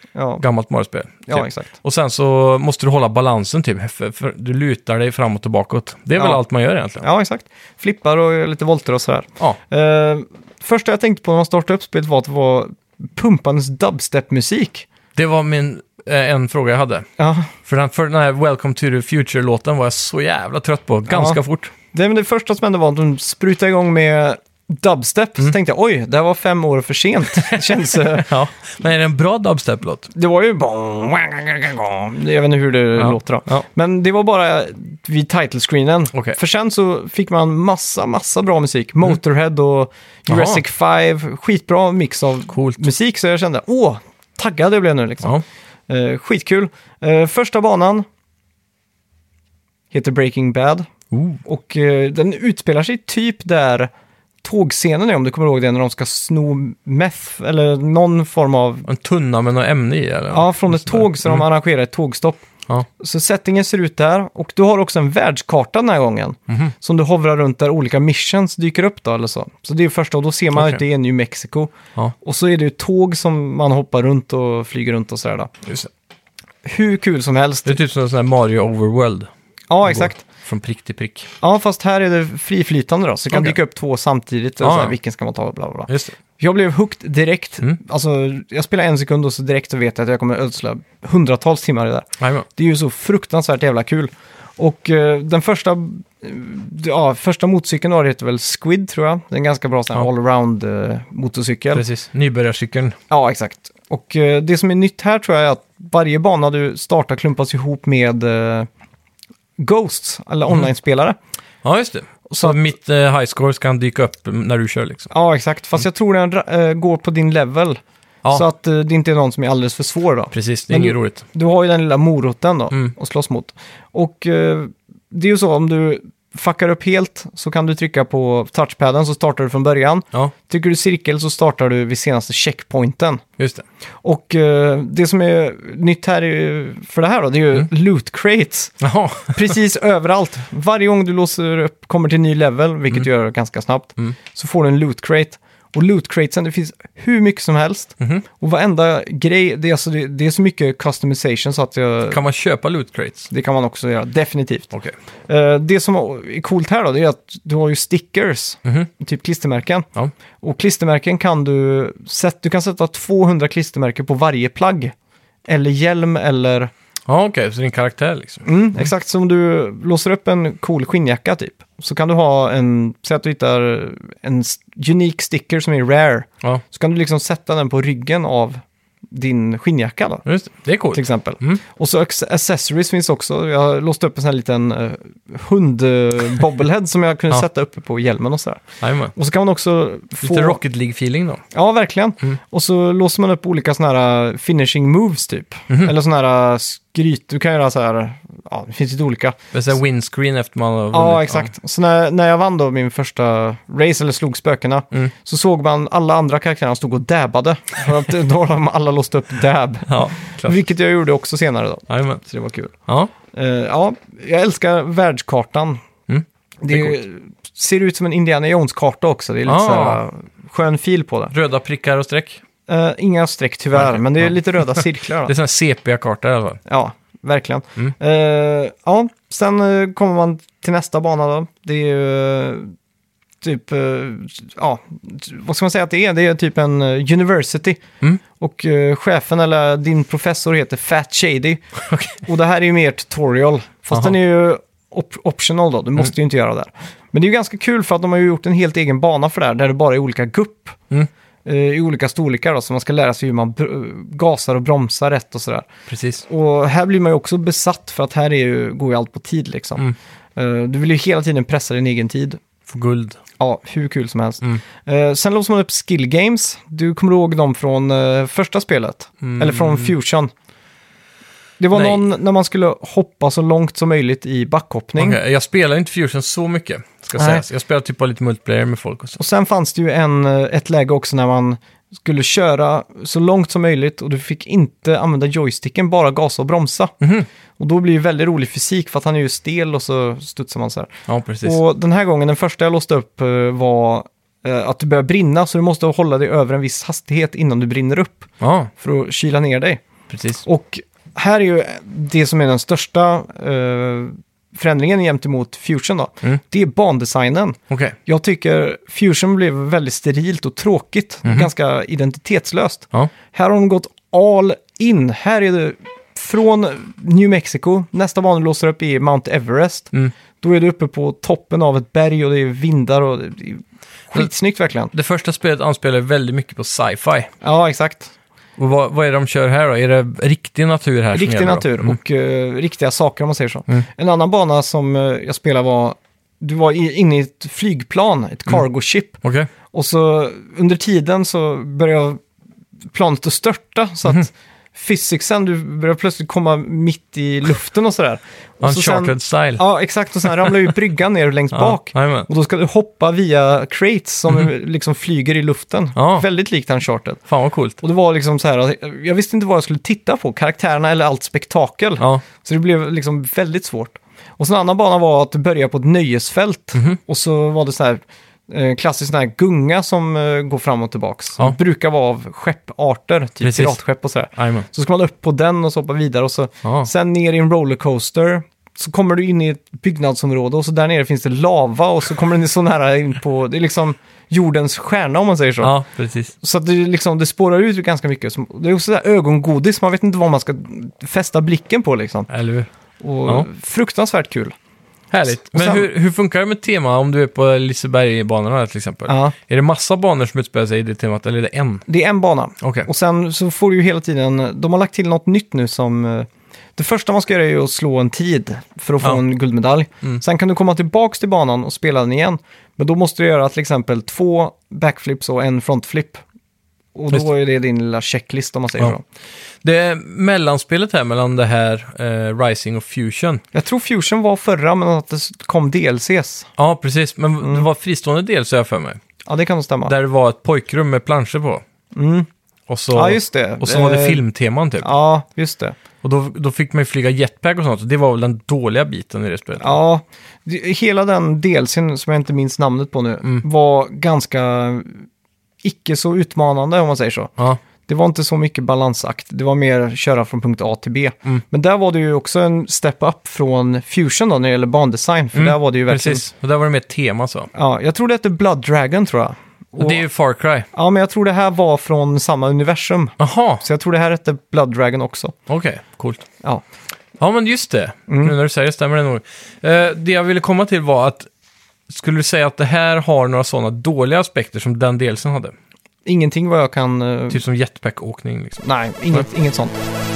Ja, gammalt Mario-spel. ja typ. exakt. Och sen så måste du hålla balansen typ, för, för du lutar dig framåt och bakåt. Det är väl Ja. allt man gör egentligen. Ja, exakt. Flippar och lite volter och sådär. Ja. Eh, första jag tänkte på när man startade upp spelet var att det var pumpandes dubstep-musik. Det var min, eh, en fråga jag hade. Ja, För den, för den här Welcome to the Future-låten var jag så jävla trött på, ganska Ja. fort. det, men det första som hände var att de sprutade igång med dubstep. Mm. Så tänkte jag, oj, det här var fem år för sent. Det känns... eh, Ja. Men är det en bra dubstep-låt? det var ju... Jag vet inte hur det Ja. låter då. Ja. Men det var bara vid title-screenen. Okej. För sen så fick man massa, massa bra musik. Motorhead och Jurassic five. Skitbra mix av Coolt. musik. Så jag kände, åh, taggad jag blev nu liksom. Ja. Eh, skitkul. Eh, första banan heter Breaking Bad. Ooh. Och eh, den utspelar sig typ där tågscenen är, om du kommer ihåg det, när de ska sno meth eller någon form av... En tunna med något ämne i, eller? Ja, från ett Sådär. tåg så de Mm. arrangerar ett tågstopp. Ja. Så settingen ser ut där, och du har också en världskarta den här gången. Mhm. Som du hovrar runt där olika missions dyker upp då, eller så. Så det är första, och då ser man Okej. att det är New Mexico. Ja, Och så är det ju tåg som man hoppar runt och flyger runt och sådär då. just det. Hur kul som helst. Det är typ som en sån här Mario Overworld. Ja, exakt. Från prick till prick. Ja, fast här är det friflytande då, så det kan Okej. dyka upp två samtidigt. Ja, Och så här, ja. vilken ska man ta, bla bla bla. Just det. Jag blev hooked direkt. Mm. Alltså, jag spelar en sekund och så direkt så vet jag att jag kommer ödsla hundratals timmar i det där. Jajamän. Det är ju så fruktansvärt jävla kul. Och eh, den första, eh, ja, första motorcykeln då heter väl Squid, tror jag. Det är en ganska bra sån här Ja. allround eh, motorcykel. Precis. Nybörjarcykeln. Ja, exakt. Och eh, det som är nytt här tror jag är att varje bana du startar klumpas ihop med eh, Ghosts, eller Mm. online-spelare. Ja, just det. Så Så att- mitt eh, high score kan dyka upp när du kör liksom. Ja, exakt. Fast jag tror den eh, går på din level. Ja, Så att eh, det inte är någon som är alldeles för svår då. precis. Det är Men inget du- roligt. Du har ju den lilla moroten då, Mm. att slåss mot. Och eh, det är ju så, om du fuckar upp helt så kan du trycka på touchpaden så startar du från början. Ja, Trycker du cirkel så startar du vid senaste checkpointen. just det. Och eh, det som är nytt här är, ju- för det här då, det är ju Mm. loot crates. Jaha. Precis överallt. Varje gång du låser upp, kommer till en ny level, vilket du gör ganska snabbt, Mm. så får du en loot crate. Och loot cratesen, det finns hur mycket som helst. Mhm. Och varenda grej, det är, alltså, det, det är så mycket customization så att jag, Kan man köpa loot crates? det kan man också göra, definitivt. Okej. Eh, det som är coolt här då, det är att du har ju stickers, Mhm. typ klistermärken. Ja. Och klistermärken kan du, sätt, du kan sätta tvåhundra klistermärken på varje plagg. Eller hjälm eller... Ja, okej. Så det är en karaktär liksom. Mm, exakt, som du låser upp en cool skinnjacka typ. Så kan du ha en, säg att du hittar en s- unik sticker som är rare. Ja, Så kan du liksom sätta den på ryggen av din skinnjacka då, just det. Det är coolt. till exempel. Mm. Och så acc- accessories finns också. Jag har låst upp en sån här liten uh, hund-bobblehead som jag kunde Ja. sätta uppe på hjälmen och sådär. Jajamän. Och så kan man också få... Lite Rocket League-feeling då. Ja, verkligen. Mm. Och så låser man upp olika såna här finishing moves typ. Mhm. Eller såna här skryt. Du kan göra så här, ja, det finns lite olika. Det är så här windscreen efter man har vunnit. Ja, exakt. Så när, när jag vann då min första race, eller slog spökena, Mm. så såg man alla andra karaktärerna stod och dabbade. För att då har de alla låst upp dab. Ja, klart. Vilket jag gjorde också senare då. Jajamän. Så det var kul. Ja, Eh, ja, jag älskar världskartan. Mm. Det, Det är är ser ut som en Indiana Jones-karta också. Det är lite Ah. så här skön fil på det. röda prickar och streck. Eh, inga streck tyvärr, Okej, men det är ja. lite röda cirklar. Då. Det är sån här sepia-karta i alla fall. Ja, verkligen. Mm. Eh, ja, sen eh, kommer man till nästa bana då. Det är ju eh, typ, eh, ja, vad ska man säga att det är? Det är typ en eh, university. Mm. Och eh, chefen, eller din professor, heter Fat Shady. Okej. Och det här är ju mer tutorial. Fast Aha. den är ju op- optional då, du måste ju inte göra det där. Men det är ju ganska kul för att de har ju gjort en helt egen bana för det här, där det bara är olika gupp. Mm. eh, I olika storlekar då, så man ska lära sig hur man br- gasar och bromsar rätt och sådär. Precis. Och här blir man ju också besatt för att här är ju, går ju allt på tid liksom. Mm. Eh, du vill ju hela tiden pressa din egen tid. Få guld. Ja, hur kul som helst. Mm. Eh, sen låser man upp skill games. Du kommer ihåg dem från eh, första spelet? Mm. Eller från Fusion. Det var Nej. någon när man skulle hoppa så långt som möjligt i backhoppning. Okej, jag spelar inte Fusion så mycket, ska Nej. sägas. Jag spelar typ bara lite multiplayer med folk och så. Och sen fanns det ju en, eh, ett läge också när man skulle köra så långt som möjligt och du fick inte använda joysticken, bara gasa och bromsa. Mhm. Och då blir det väldigt rolig fysik för att han är ju stel och så studsar man så här. Ja, precis. Och den här gången, den första jag låste upp eh, var eh, att du börjar brinna, så du måste hålla dig över en viss hastighet innan du brinner upp Ja, för att kyla ner dig. precis. Och här är ju det som är den största eh, förändringen gentemot Fusion då. Mm. Det är bandesignen. Okej. Jag tycker Fusion blev väldigt sterilt och tråkigt. Mhm. Ganska identitetslöst. Ja. Här har de gått all in. Här är det från New Mexico. Nästa bana du låser upp i Mount Everest. Mm. Då är du uppe på toppen av ett berg och det är vindar och det är skitsnyggt verkligen. Det första spelet anspelar väldigt mycket på sci-fi. Ja, exakt. Och vad, vad är det de kör här då? Är det riktig natur här som Riktig gäller då? natur Mm. och uh, riktiga saker om man säger så. Mm. En annan bana som uh, jag spelade var, du var i, inne i ett flygplan, ett cargo ship. Okej. Och så under tiden så började planet att störta så att Mhm. physicsen, du börjar plötsligt komma mitt i luften och sådär. Och så sen, Uncharted style. ja, exakt. Och sen ramlar ju bryggan ner längst bak. Ja, jajamän. Och då ska du hoppa via crates som liksom flyger i luften. Ja. Väldigt likt Uncharted. Fan vad coolt. Och det var liksom så här, jag visste inte vad jag skulle titta på, karaktärerna eller allt spektakel. Ja. Så det blev liksom väldigt svårt. Och så en annan bana var att du började på ett nöjesfält. Mhm. Och så var det så här eh, klassisk sån här gunga som eh, går fram och tillbaks. Ja. Som brukar vara av skepparter, typ Precis. piratskepp och sådär. Jajamän. Så ska man upp på den och så hoppa vidare och så Ja. sen ner i en rollercoaster. Så kommer du in i ett byggnadsområde och så där nere finns det lava och så kommer den så nära in på, det är liksom jordens stjärna om man säger så. Ja, precis. Så att det, liksom, det spårar ut ganska mycket. Som- Det är också där ögongodis, man vet inte vad man ska fästa blicken på liksom. Eller hur? Och Ja. fruktansvärt kul. Härligt. Och Men sen- hur, hur funkar det med tema om du är på Lisebergsbanorna till exempel? Ja. Är det massa banor som utspelar sig i det temat eller är det en? Det är en bana. Okej. Och sen så får du ju hela tiden, de har lagt till något nytt nu som, eh, det första man ska göra är ju att slå en tid för att få Ja. en guldmedalj. Mm. Sen kan du komma tillbaka till banan och spela den igen. Men då måste du göra till exempel två backflips och en frontflip. Och Just då är det din lilla checklist om man säger Ja. så. Det är mellanspelet här mellan det här eh, Rising och Fusion. Jag tror Fusion var förra, men att det kom D L Cs. Ja, precis. Men Mm. det var fristående del så jag för mig. Ja, det kan nog stämma. Där det var ett pojkrum med planscher på. Mm. Och så, Ja, just det. och så var det Eh, filmteman typ. Ja, just det. Och då, då fick man ju flyga jetpack och sånt. Och det var väl den dåliga biten i det spelet. Ja, det- hela den delsen som jag inte minns namnet på nu Mm. var ganska icke så utmanande om man säger så. Ja, Det var inte så mycket balansakt, det var mer köra från punkt A till B. Mm. Men där var det ju också en step up från Fusion då när det gäller bandesign, för Mm, där var det ju verkligen... precis. Och där var det mer tema så. Ja, jag tror det hette Blood Dragon tror jag. Och det är ju Far Cry. Ja, men jag tror det här var från samma universum. Jaha, Så jag tror det här hette Blood Dragon också. okej, coolt. Ja, Ja, men just det. Mm. Nu när du säger det stämmer det nog. Eh, det jag ville komma till var att, skulle du säga att det här har några sådana dåliga aspekter som den delsen hade? ingenting vad jag kan... eh, Typ som jetpack-åkning liksom. Nej, inget, inget sånt.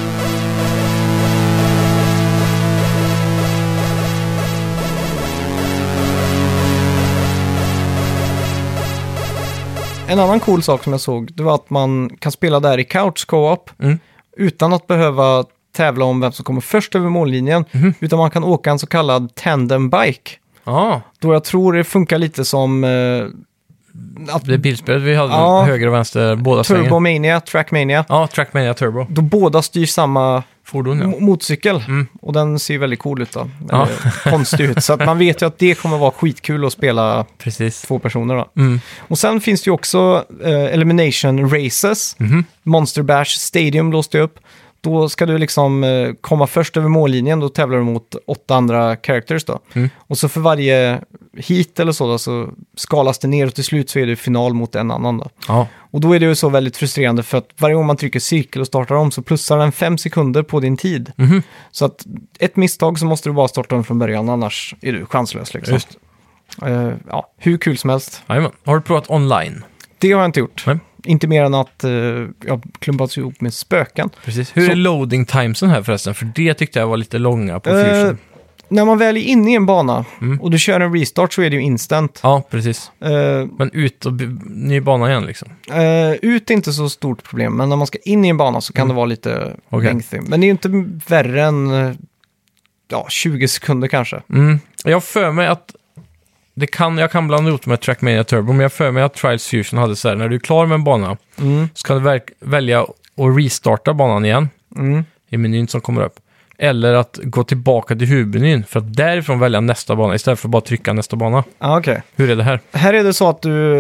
En annan cool sak som jag såg, det var att man kan spela där i couch co-op Mm. utan att behöva tävla om vem som kommer först över mållinjen, Mhm. utan man kan åka en så kallad tandem bike. Ja, Då jag tror det funkar lite som eh, att det bilspelet vi hade, Ja. höger och vänster, båda svängen. Turbomania, Trackmania, Ja, Trackmania Turbo. då båda styr samma Fordon, ja. mo- motorcykel. Mm. Och den ser ju väldigt cool ut då. Ja. Eller konstig ut. Så att man vet ju att det kommer vara skitkul att spela Precis. två personer då. Mm. Och sen finns det ju också eh, Elimination Races. Mhm. Monster Bash Stadium låste jag upp. Då ska du liksom eh, komma först över mållinjen. Då tävlar du mot åtta andra characters då. Mm. Och så för varje hit eller så då, så skalas det ner och till slut så är det final mot en annan då. Ja, Och då är det ju så väldigt frustrerande för att varje gång man trycker cirkel och startar om så plussar den fem sekunder på din tid. Mhm. Så att ett misstag så måste du bara starta om från början, annars är du chanslös liksom. Just. Eh, ja, hur kul som helst. Jajamän. Har du provat online? Det har jag inte gjort. Nej. Inte mer än att uh, jag klumpats ihop med spöken. Precis. Hur Så- är loading timesen här förresten? För det tyckte jag var lite långa på Eh, Fusion. När man väl är inne i en bana Mm. och du kör en restart så är det ju instant. Ja, precis. Eh, Men ut och by- ny bana igen liksom. eh, ut är inte så stort problem, men när man ska in i en bana så kan Mm. det vara lite Okej. lengthy. Men det är ju inte värre än eh, ja, tjugo sekunder kanske. Mm. Jag har för mig att det kan, jag kan blanda ihop med Trackmania Turbo, men jag har för mig att Trials Fusion hade så här, när du är klar med en bana Mm. så kan du verk- välja att restarta banan igen Mm. i menyn som kommer upp. Eller att gå tillbaka till huvudmenyn för att därifrån välja nästa bana istället för att bara trycka nästa bana. Ah, okej. Hur är det här? Här är det så att du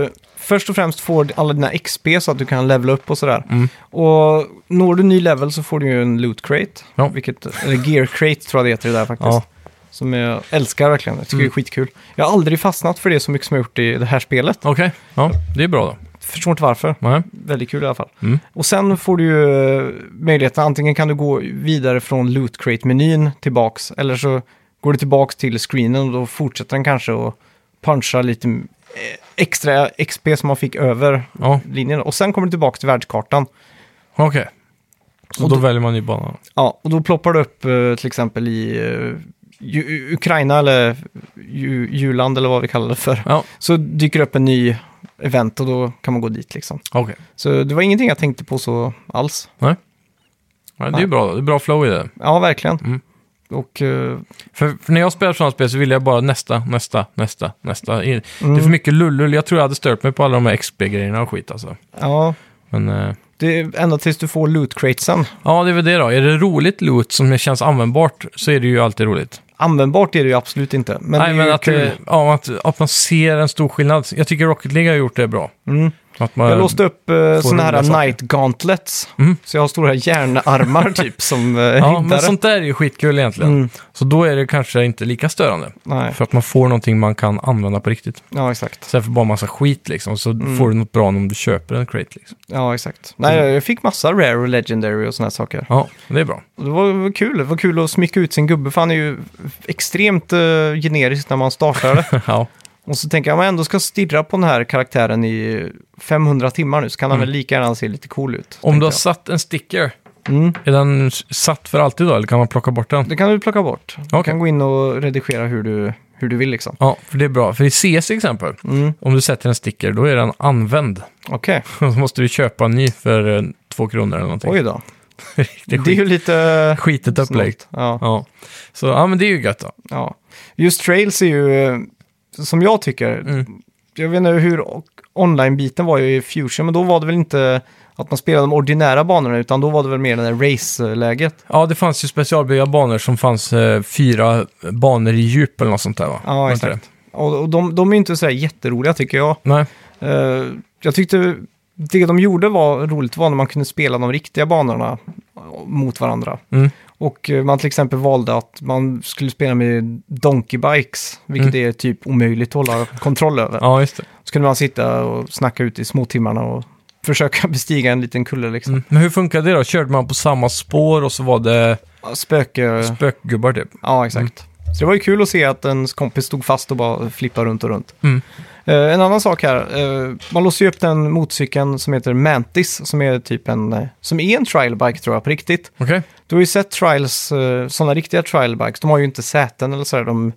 först och främst får alla dina X P så att du kan levela upp och sådär. Mm. Och når du ny level så får du ju en loot crate. Ja. Vilket, eller gear crate tror jag det heter det där faktiskt. Ja. Som jag älskar verkligen. Jag tycker Mm. det är skitkul. Jag har aldrig fastnat för det så mycket som jag gjort i det här spelet. Okej, ja, det är bra då. Förstår inte varför. Nej. Väldigt kul i alla fall. Mm. Och sen får du ju eh, möjligheten, antingen kan du gå vidare från loot crate-menyn tillbaks, eller så går du tillbaks till screenen och då fortsätter den kanske att puncha lite eh, extra X P som man fick över Ja, linjen. Och sen kommer du tillbaka till världskartan. okej. Så Och då då- väljer man ju banan. Ja, och då ploppar du upp eh, till exempel i eh, Ju- Ukraina eller Ju- Juland eller vad vi kallar det för. Ja, Så dyker det upp en ny event och då kan man gå dit liksom. okej. Så det var ingenting jag tänkte på så alls. Ja, det är ju bra då. Det är bra flow i det. Ja, verkligen. Mm. Och eh, För, för när jag spelar sådana spel så vill jag bara nästa, nästa, nästa, nästa. I- Mm. Det är för mycket lullull. Jag tror jag hade stört mig på alla de här X P-grejerna och skit alltså. ja, Men eh, det är ända tills du får loot cratesen. ja, det är väl det då. Är det roligt loot som känns användbart så är det ju alltid roligt. Användbart är det ju absolut inte. Men Nej, det är men ju att, kul. det, ja, att, att man ser en stor skillnad. Jag tycker Rocket League har gjort det bra. Mm. Att man, Jag låste upp uh, sådana här roliga saker. night gauntlets. Mm. Så jag har stora järnarmar typ som uh, Ja, riddare. men sånt där är ju skitkul egentligen. Mm. Så då är det kanske inte lika störande. Nej, För att man får någonting man kan använda på riktigt. ja exakt. Istället för bara massa skit liksom. Så Mm. får du något bra om du köper en crate liksom. Ja, exakt. Nej, jag fick massa rare och legendary och såna här saker. Ja, det är bra. Och det var var kul. Det var kul att smycka ut sin gubbe, för han är ju extremt uh, generisk när man startar det. Ja, Och så tänker jag, om man ändå ska stirra på den här karaktären i femhundra timmar nu, så kan han Mm. väl lika gärna se lite cool ut. om tänker du har jag. satt en sticker, Mm. är den satt för alltid då? Eller kan man plocka bort den? Det kan du plocka bort. Du Okej. kan gå in och redigera hur du, hur du vill liksom. Ja, för det är bra. För i C S till exempel, Mm. om du sätter en sticker, då är den använd. Okej, Och så måste du köpa en ny för eh, två kronor eller någonting. oj då. Riktigt Det är skit, ju lite... skitigt upplägg. snålt. Ja, Ja. Så ja, men det är ju gött då. ja. Just Trails är ju, eh, som jag tycker, Mm. jag vet inte hur o- online-biten var ju i Fusion, men då var det väl inte att man spelade de ordinära banorna, utan då var det väl mer det där race-läget. Ja, det fanns ju specialbyggda banor som fanns eh, fyra banor i djup eller något sånt där va? Ja, Var inte exakt. Och, och de, de är inte så här jätteroliga tycker jag. det? Nej. Eh, jag tyckte det de gjorde var roligt var när man kunde spela de riktiga banorna mot varandra. Mm. Och eh, man till exempel valde att man skulle spela med donkey bikes, vilket är typ omöjligt att hålla kontroll över. Ja, just det. Så kunde man sitta och snacka ut i småtimmarna och försöka bestiga en liten kulle liksom. Mm. Men hur funkade det då? Körde man på samma spår och så var det Spöke... spökgubbar typ? Ja, exakt. Så det var ju kul att se att ens kompis stod fast och bara flippade runt och runt. Mm. Eh, en annan sak här, eh, man låser ju upp den motorcykeln som heter Mantis, som är typ en, eh, som är en trialbike tror jag på riktigt. Okej. Du har ju sett trials, eh, sådana riktiga trialbikes, de har ju inte säten eller sådär, de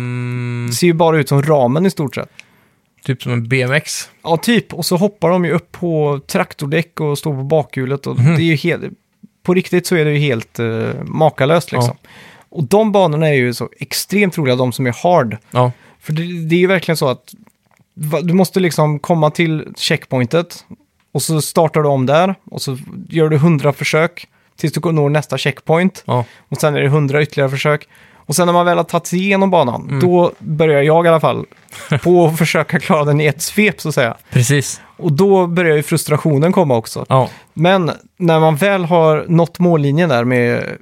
Mm, ser ju bara ut som ramen i stort sett. typ som en B M X. Ja, typ, och så hoppar de ju upp på traktordäck och står på bakhjulet och Mhm. det är ju helt, på riktigt så är det ju helt eh, makalöst liksom. Och de banorna är ju så extremt roliga, de som är hard. Ja. För det, det är ju verkligen så att va- du måste liksom komma till checkpointet och så startar du om där och så gör du hundra försök tills du når nästa checkpoint Ja. och sen är det hundra ytterligare försök. Och sen när man väl har tagit sig igenom banan, Mm. då börjar jag i alla fall på att försöka klara den i ett svep så att säga. Precis. Och då börjar ju frustrationen komma också. Ja. Men när man väl har nått mållinjen där med eh,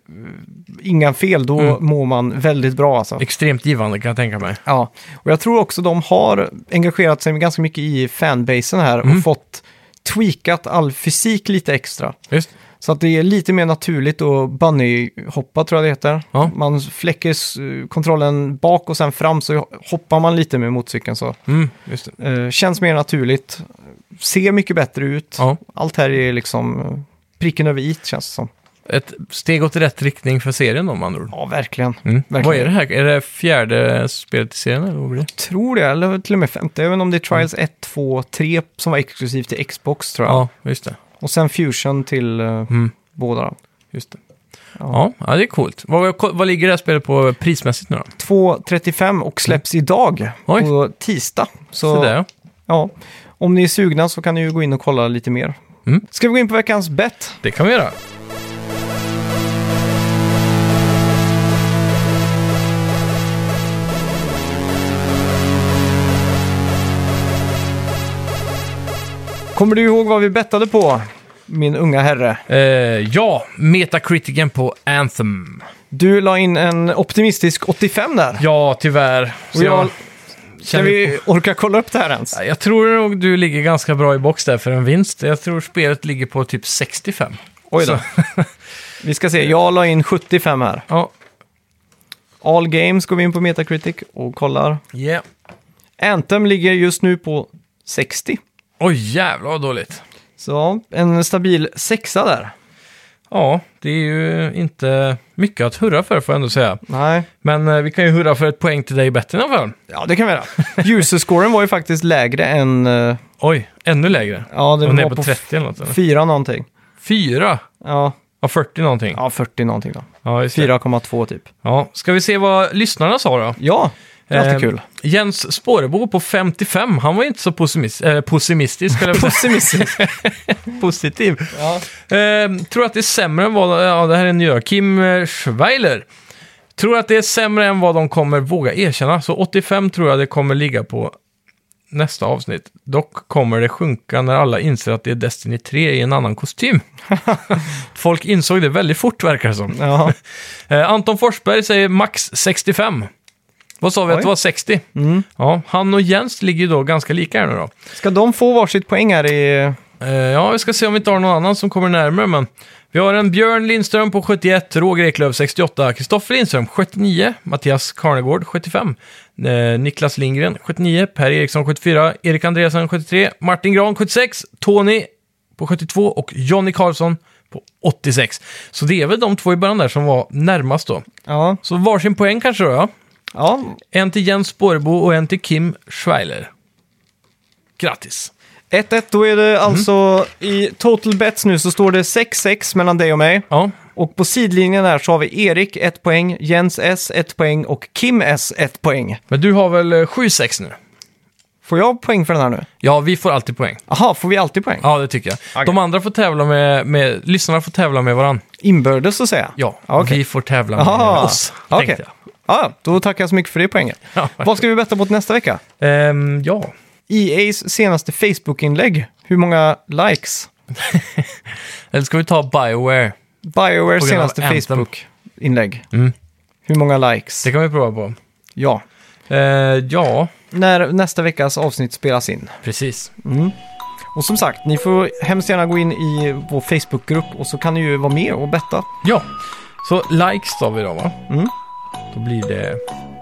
inga fel, då Mm. mår man väldigt bra alltså. Extremt givande kan jag tänka mig. Ja, och jag tror också de har engagerat sig ganska mycket i fanbasen här Mm. och fått tweakat all fysik lite extra. Just. Så att det är lite mer naturligt att bunny-hoppa tror jag det heter. Ja. Man fläcker s- kontrollen bak och sen fram så hoppar man lite med motorcykeln så. Mm, just det. Eh, känns mer naturligt, ser mycket bättre ut. Ja. Allt här är liksom eh, pricken över i känns det som. Ett steg åt rätt riktning för serien om man ord. Ja, verkligen. Mm. Verkligen. Vad är det här? Är det fjärde spelet i serien eller vad blir det? Tror det, eller till och med femte. Jag vet inte om det är Trials ett, två, tre som var exklusivt till Xbox tror jag. Ja, just det. Och sen Fusion till eh, Mm. båda. Just det. Ja. Ja, ja, det är coolt. Vad, vad ligger det här spelet på prismässigt nu då? två trettiofem och släpps idag Oj. på tisdag. Så, Så där, ja. ja, om ni är sugna så kan ni ju gå in och kolla lite mer. Mm. Ska vi gå in på veckans bet? Det kan vi göra. Kommer du ihåg vad vi bettade på, min unga herre? Eh, ja, Metacriticen på Anthem. Du la in en optimistisk åttiofem där. Ja, tyvärr. Och jag, ska känner- vi orka kolla upp det här ens? Jag tror nog du ligger ganska bra i box där för en vinst. Jag tror spelet ligger på typ sextiofem. Oj då. Så- Vi ska se, jag la in sjuttiofem här. Ja, All Games går vi in på Metacritic och kollar. yeah. Anthem ligger just nu på sextio. Oj, jävlar vad dåligt. Så en stabil sexa där. Ja, det är ju inte mycket att hurra för, får jag ändå säga. Nej, Men eh, vi kan ju hurra för ett poäng till dig bättre i alla fall. ja det kan vi göra. User-scoren var ju faktiskt lägre än... eh, Oj, ännu lägre. Ja, det Och ner var på på trettio eller något, eller? fyra någonting. Fyra? Ja, Ja, fyrtio någonting. ja fyrtio någonting då. Ja, just det. fyra komma två typ. Ja, ska vi se vad lyssnarna sa då? Ja, det är alltid Eh, kul. Jens Spårebo på femtiofem, han var inte så pessimis- äh, pessimistisk. Eller Pessimistisk. positiv. Ja. Eh, tror att det är sämre än vad... Ja, det här är nya. Kim eh, Schweiler. Tror att det är sämre än vad de kommer våga erkänna. Så åttiofem tror jag det kommer ligga på nästa avsnitt. Dock kommer det sjunka när alla inser att det är Destiny tre i en annan kostym. Folk insåg det väldigt fort, verkar det som. Ja. Eh, Anton Forsberg säger max sextiofem. Vad sa vi Oj. att det var sextio? Mm. Ja, han och Jens ligger ju då ganska lika här nu då. Ska de få varsitt poäng här i... Eh, ja, vi ska se om vi inte har någon annan som kommer närmare, men vi har en Björn Lindström på sjuttioett, Roger Eklöf sextioåtta, Kristoffer Lindström sjuttionio, Mattias Karnegård sjuttiofem, eh, Niklas Lindgren sjuttionio, Per Eriksson sjuttiofyra, Erik Andreasson sjuttiotre, Martin Gran sjuttiosex, Tony på sjuttiotvå och Johnny Karlsson på åttiosex. Så det är väl de två i början där som var närmast då. Ja. Så varsin poäng kanske då, ja. Ja, En till Jens Spårebo och en till Kim Schweiler. Grattis! ett ett, då är det alltså i total bets nu så står det sex sex mellan dig och mig. Ja, Och på sidlinjen där så har vi Erik ett poäng, Jens S ett poäng och Kim S ett poäng. men du har väl sju sex nu? Får jag poäng för den här nu? Ja, vi får alltid poäng. Aha, får vi alltid poäng? Ja, det tycker jag. Okej. De andra får tävla med, med... Lyssnarna får tävla med varandra. Inbördes så att säga? Ja, Ja, okej. vi får tävla med Aha. oss, Okej. tänkte jag. Ja, då tackar jag så mycket för det poänget. Ja, Vad ska vi betta på till nästa vecka? Ehm, ja. E A's senaste Facebook-inlägg. Hur många likes? Eller ska vi ta BioWare? BioWares På grund av senaste Anthem. Facebook-inlägg. Mm. Hur många likes? Det kan vi prova på. Ja. Ehm, ja, När nästa veckas avsnitt spelas in. precis. Och som sagt, ni får hemskt gärna gå in i vår Facebook-grupp och så kan ni ju vara med och betta. Ja, så likes tar vi då, va? Mm. Då blir det...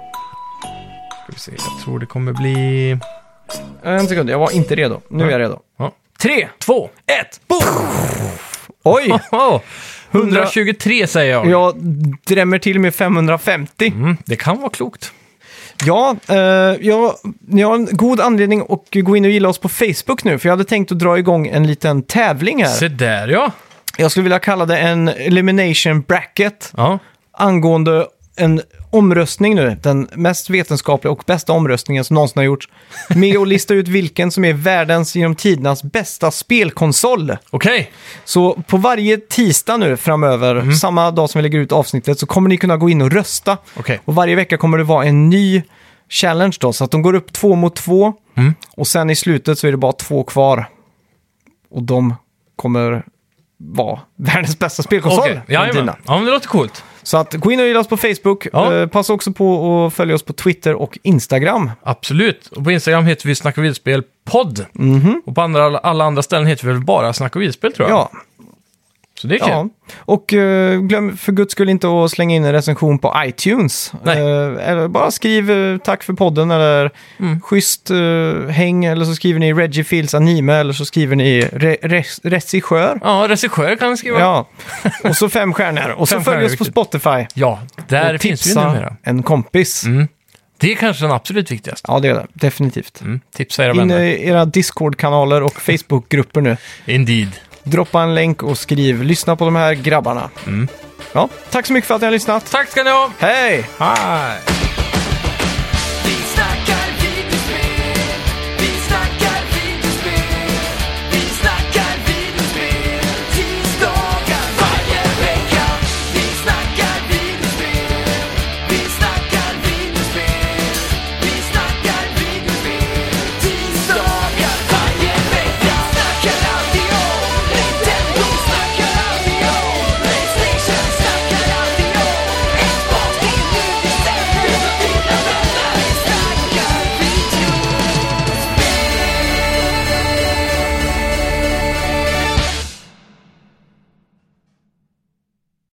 Ska vi se, jag tror det kommer bli... En sekund, jag var inte redo. Nu är jag redo. Ja. Tre, två, ett, boom! Oj! Oh, etthundratjugotre säger jag. Jag drämmer till med femhundrafemtio. Mm, det kan vara klokt. Ja, eh, jag, ni har en god anledning att gå in och gilla oss på Facebook nu. För jag hade tänkt att dra igång en liten tävling här. Se där, ja. Jag skulle vilja kalla det en elimination bracket Ja, angående en omröstning nu. Den mest vetenskapliga och bästa omröstningen som någonsin har gjorts. Med att lista ut vilken som är världens genom tidernas bästa spelkonsol. okej. Så på varje tisdag nu framöver, samma dag som vi lägger ut avsnittet, så kommer ni kunna gå in och rösta. Okej. Och varje vecka kommer det vara en ny challenge då, så att de går upp två mot två. Mm. Och sen i slutet så är det bara två kvar. Och de kommer vara världens bästa spelkonsol. Okej, jajamän. Ja, men det låter coolt. Så att gå in och gilla oss på Facebook. Ja. Eh, passa också på att följa oss på Twitter och Instagram. Absolut. Och på Instagram heter vi Snacka Videospel podd. Och på andra, alla andra ställen heter vi väl bara Snacka Videospel, tror jag. Ja, Så det är kul. ja. Och eh, glöm för guds skull inte att slänga in en recension på iTunes. Nej. Eh, eller bara skriv eh, tack för podden eller Mm. schysst eh, häng. Eller så skriver ni Reggie Fields anime eller så skriver ni re- re- regissör. Ja, regissör kan vi skriva. Ja, och så fem stjärnor. Och så Fem följ stjärnor, oss på viktigt. Spotify. Ja, där och finns vi tipsa numera. en kompis. Mm. Det är kanske den absolut viktigaste. Ja, det är det. Definitivt. Mm. Tipsa era In vänner. i era Discord-kanaler och Facebook-grupper nu. Indeed. Droppa en länk och skriv lyssna på de här grabbarna. Mm. Ja, tack så mycket för att ni har lyssnat. Tack ska ni ha! Hej! Hej! Vi snackar